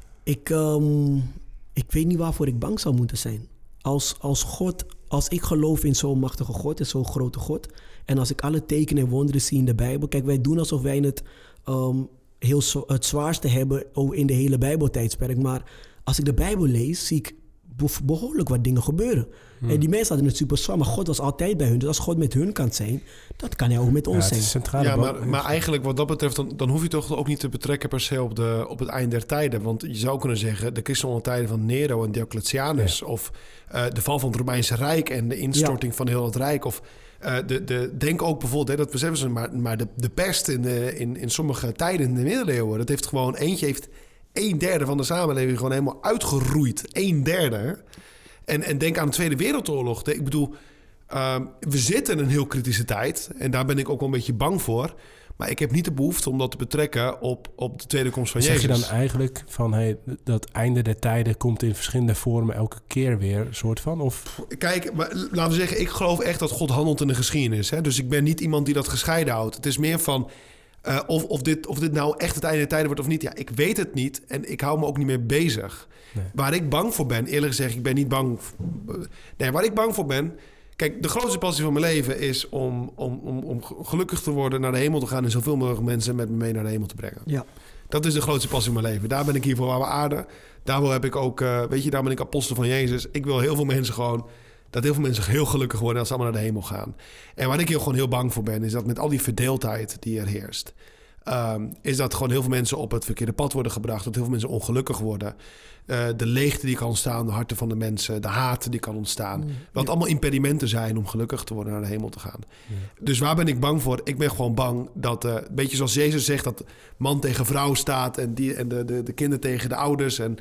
Ik weet niet waarvoor ik bang zou moeten zijn. Als ik geloof in zo'n machtige God en zo'n grote God, en als ik alle tekenen en wonderen zie in de Bijbel, kijk, wij doen alsof wij het zwaarste hebben in de hele Bijbeltijdsperk, maar als ik de Bijbel lees, zie ik behoorlijk wat dingen gebeuren. En die mensen hadden het super zwaar, maar God was altijd bij hun. Dus als God met hun kan zijn, dat kan hij ook met ons zijn. Maar eigenlijk wat dat betreft, dan hoef je toch ook niet te betrekken per se op het eind der tijden. Want je zou kunnen zeggen, de christelijke tijden van Nero en Diocletianus, of de val van het Romeinse Rijk en de instorting van heel het Rijk, of denk ook bijvoorbeeld, dat beseffen ze, maar de pest in sommige tijden in de middeleeuwen, dat heeft gewoon heeft 1/3 van de samenleving gewoon helemaal uitgeroeid. 1/3. En denk aan de Tweede Wereldoorlog. Ik bedoel, we zitten in een heel kritische tijd. En daar ben ik ook wel een beetje bang voor. Maar ik heb niet de behoefte om dat te betrekken op de tweede komst van Jezus. Zeg je dan eigenlijk van, dat einde der tijden komt in verschillende vormen elke keer weer, soort van? Of? Kijk, maar, laten we zeggen, ik geloof echt dat God handelt in de geschiedenis. Hè? Dus ik ben niet iemand die dat gescheiden houdt. Het is meer van... Of dit nou echt het einde der tijden wordt of niet. Ja, ik weet het niet en ik hou me ook niet meer bezig. Nee. Waar ik bang voor ben, eerlijk gezegd, ik ben niet bang... Nee, waar ik bang voor ben... Kijk, de grootste passie van mijn leven is om gelukkig te worden, naar de hemel te gaan en zoveel mogelijk mensen met me mee naar de hemel te brengen. Ja. Dat is de grootste passie van mijn leven. Daar ben ik hier voor aan aarde. Daarvoor heb ik ook, daar ben ik apostel van Jezus. Ik wil heel veel mensen gewoon... Dat heel veel mensen heel gelukkig worden als ze allemaal naar de hemel gaan. En waar ik gewoon heel bang voor ben, is dat met al die verdeeldheid die er heerst, is dat gewoon heel veel mensen op het verkeerde pad worden gebracht. Dat heel veel mensen ongelukkig worden. De leegte die kan ontstaan in de harten van de mensen. De haat die kan ontstaan. Wat allemaal impedimenten zijn om gelukkig te worden naar de hemel te gaan. Ja. Dus waar ben ik bang voor? Ik ben gewoon bang dat, een beetje zoals Jezus zegt, dat man tegen vrouw staat en de kinderen tegen de ouders en...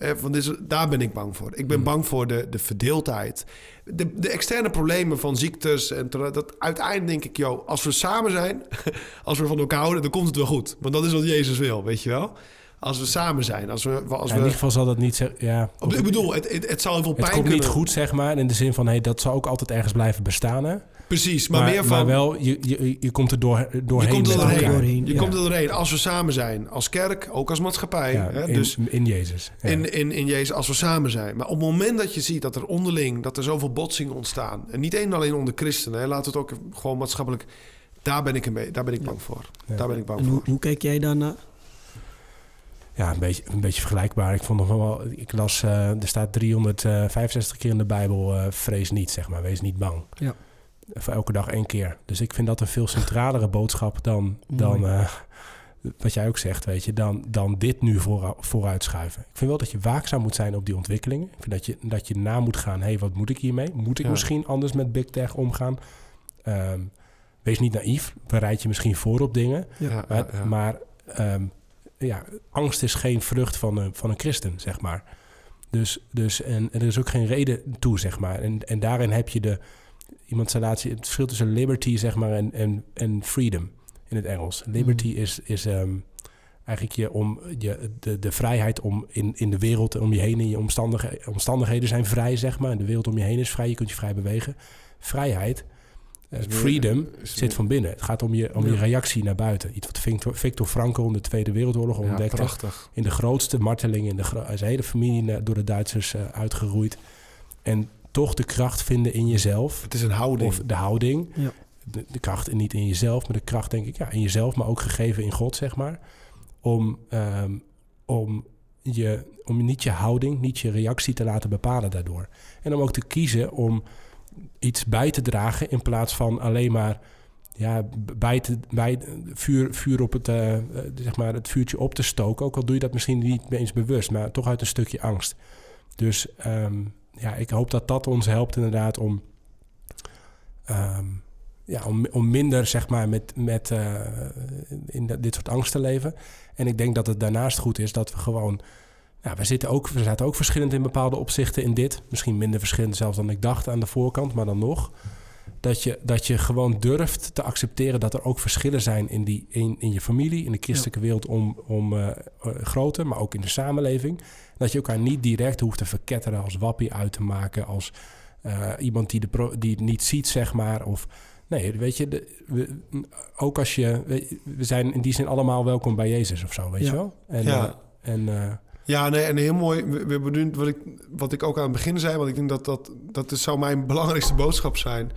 daar ben ik bang voor. Ik ben bang voor de verdeeldheid. De externe problemen van ziektes. En dat uiteindelijk denk ik, als we samen zijn, als we van elkaar houden, dan komt het wel goed. Want dat is wat Jezus wil, weet je wel. Als we samen zijn. In ieder geval zal dat niet... Ik bedoel, het zal heel veel pijn kunnen... Het komt niet goed, zeg maar. In de zin van, dat zal ook altijd ergens blijven bestaan, hè? Precies, maar meer van... Maar wel, je komt er doorheen. Je komt er doorheen als we samen zijn. Als kerk, ook als maatschappij. Ja, hè? In Jezus. Ja. In Jezus, als we samen zijn. Maar op het moment dat je ziet dat er onderling... dat er zoveel botsingen ontstaan... en niet alleen onder christenen... Hè, laten we het ook gewoon maatschappelijk... Daar ben ik bang voor. Ja. Daar ben ik bang voor. Hoe kijk jij daarnaar? Ja, een beetje vergelijkbaar. Ik vond nog wel... Ik las... er staat 365 keer in de Bijbel... vrees niet, zeg maar. Wees niet bang. Ja. Voor elke dag 1 keer. Dus ik vind dat een veel centralere boodschap dan wat jij ook zegt, weet je, dan dit nu vooruitschuiven. Ik vind wel dat je waakzaam moet zijn op die ontwikkelingen. Ik vind dat je na moet gaan, wat moet ik hiermee? Moet ik misschien anders met Big Tech omgaan? Wees niet naïef. Bereid je misschien voor op dingen. Maar angst is geen vrucht van een christen, zeg maar. Dus en er is ook geen reden toe, zeg maar. En daarin heb je iemand zei laatst, het verschil tussen liberty, zeg maar, en freedom in het Engels. Liberty is eigenlijk de vrijheid om in de wereld om je heen, in je omstandigheden zijn vrij, zeg maar. De wereld om je heen is vrij, je kunt je vrij bewegen. Vrijheid, freedom, zit van binnen. Het gaat om je reactie naar buiten. Iets wat Viktor Frankl in de Tweede Wereldoorlog ontdekte. Prachtig. In de grootste marteling, zijn hele familie door de Duitsers uitgeroeid. En toch de kracht vinden in jezelf. Het is een houding. Of de houding. Ja. De kracht niet in jezelf, maar de kracht denk ik in jezelf, maar ook gegeven in God, zeg maar. Om niet je houding, niet je reactie te laten bepalen daardoor. En om ook te kiezen om iets bij te dragen in plaats van alleen maar vuur op het, het vuurtje op te stoken. Ook al doe je dat misschien niet eens bewust, maar toch uit een stukje angst. Dus ik hoop dat ons helpt inderdaad om minder, zeg maar, in dit soort angst te leven. En ik denk dat het daarnaast goed is dat we gewoon... we zaten ook verschillend in bepaalde opzichten in dit. Misschien minder verschillend zelfs dan ik dacht aan de voorkant, maar dan nog. Dat je gewoon durft te accepteren dat er ook verschillen zijn in je familie, in de christelijke wereld om grootte, maar ook in de samenleving. Dat je elkaar niet direct hoeft te verketteren als wappie uit te maken, als iemand die het niet ziet, zeg maar. Of nee, weet je, we zijn in die zin allemaal welkom bij Jezus of zo, weet je wel? En heel mooi. We bedoelen wat ik ook aan het begin zei, want ik denk dat zou mijn belangrijkste boodschap zijn,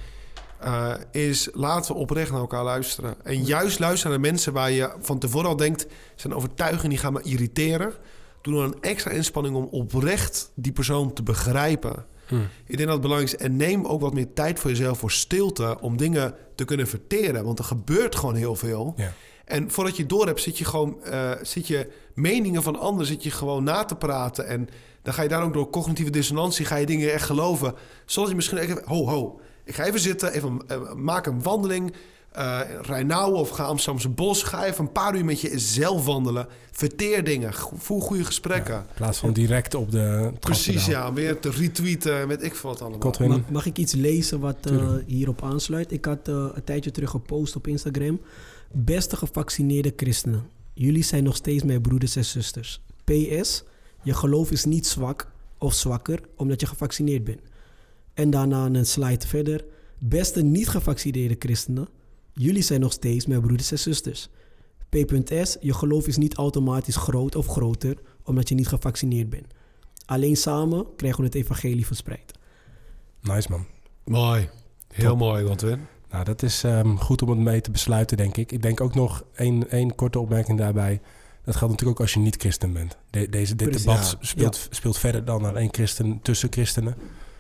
is laten we oprecht naar elkaar luisteren. En juist luisteren naar mensen waar je van tevoren al denkt, zijn overtuigingen die gaan me irriteren. Doe dan een extra inspanning om oprecht die persoon te begrijpen. Ik denk dat het belangrijk is. En neem ook wat meer tijd voor jezelf, voor stilte, om dingen te kunnen verteren. Want er gebeurt gewoon heel veel. Ja. En voordat je het door hebt, zit je meningen van anderen zit je gewoon na te praten. En dan ga je daar ook door cognitieve dissonantie, ga je dingen echt geloven. Zodat je misschien even, ik ga even zitten, maak een wandeling. Rij nou of ga Amsterdamse Bos. Ga even een paar uur met jezelf wandelen. Verteer dingen. Voer goede gesprekken. Ja, in plaats van direct op de... Precies, weer te retweeten met ik wat allemaal. Mag ik iets lezen wat hierop aansluit? Ik had een tijdje terug gepost op Instagram. Beste gevaccineerde christenen. Jullie zijn nog steeds mijn broeders en zusters. PS, je geloof is niet zwak of zwakker omdat je gevaccineerd bent. En daarna een slide verder. Beste niet gevaccineerde christenen. Jullie zijn nog steeds mijn broeders en zusters. P.S. Je geloof is niet automatisch groot of groter omdat je niet gevaccineerd bent. Alleen samen krijgen we het evangelie verspreid. Nice, man. Mooi. Heel mooi, Godwin. Nou, dat is goed om het mee te besluiten, denk ik. Ik denk ook nog één korte opmerking daarbij. Dat geldt natuurlijk ook als je niet christen bent. Dit debat speelt verder dan alleen christen tussen christenen.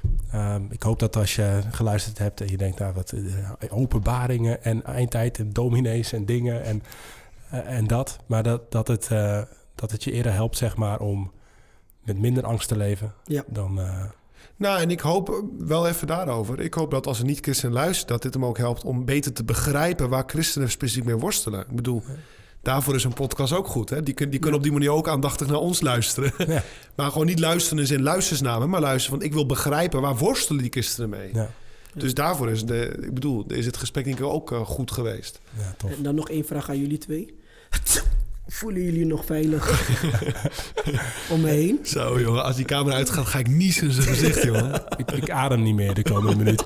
Ik hoop dat als je geluisterd hebt en je denkt, wat openbaringen en eindtijd en dominees en dingen en dat. Maar dat het je eerder helpt, zeg maar, om met minder angst te leven dan... en ik hoop wel even daarover. Ik hoop dat als een niet-christen luistert, dat dit hem ook helpt om beter te begrijpen waar christenen specifiek mee worstelen. Ik bedoel, daarvoor is een podcast ook goed. Hè? Die kunnen op die manier ook aandachtig naar ons luisteren. Ja. Maar gewoon niet luisteren in zin luistersnamen, maar luisteren van ik wil begrijpen waar worstelen die christenen mee. Ja. Dus daarvoor is het gesprek denk ik ook goed geweest. Ja, tof. En dan nog één vraag aan jullie twee. Voelen jullie nog veilig om me heen? Zo, jongen. Als die camera uitgaat, ga ik niezen in zijn gezicht, jongen. Ik adem niet meer de komende minuut.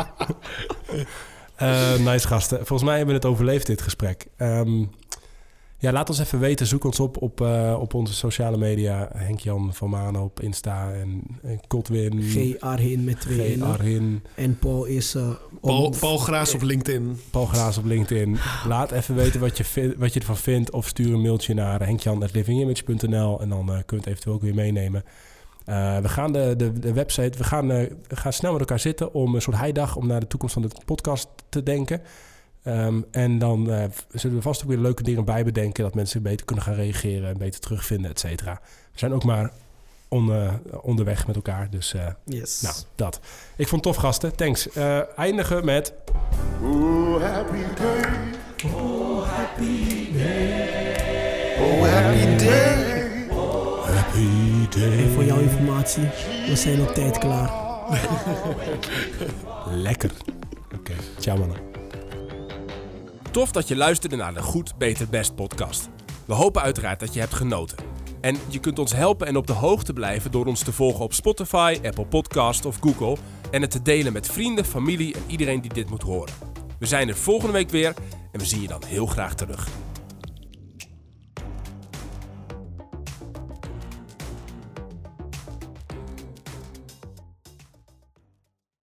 Nice gasten. Volgens mij hebben we het overleefd, dit gesprek. Laat ons even weten. Zoek ons op onze sociale media. Henk-Jan van Manen op Insta en Godwin. G. Arhin met 2 N. Arhin. En Paul is... Paul Graas op LinkedIn. Paul Graas op LinkedIn. Laat even weten wat je ervan vindt. Of stuur een mailtje naar henkjan@livingimage.nl en dan kunnen we het eventueel ook weer meenemen. We gaan de website... We gaan snel met elkaar zitten om een soort heidag om naar de toekomst van de podcast te denken. En dan zullen we vast ook weer leuke dingen bij bedenken, dat mensen beter kunnen gaan reageren en beter terugvinden, et cetera. We zijn ook maar onderweg met elkaar, dus yes. Nou, dat. Ik vond het tof, gasten. Thanks. Eindigen met... Oh, happy day. Oh, happy day. Oh, happy day. Happy day. En voor jouw informatie, we zijn op tijd klaar. Lekker. Oké, ciao mannen. Tof dat je luisterde naar de Goed, Beter, Best podcast. We hopen uiteraard dat je hebt genoten. En je kunt ons helpen en op de hoogte blijven door ons te volgen op Spotify, Apple Podcast of Google en het te delen met vrienden, familie en iedereen die dit moet horen. We zijn er volgende week weer en we zien je dan heel graag terug.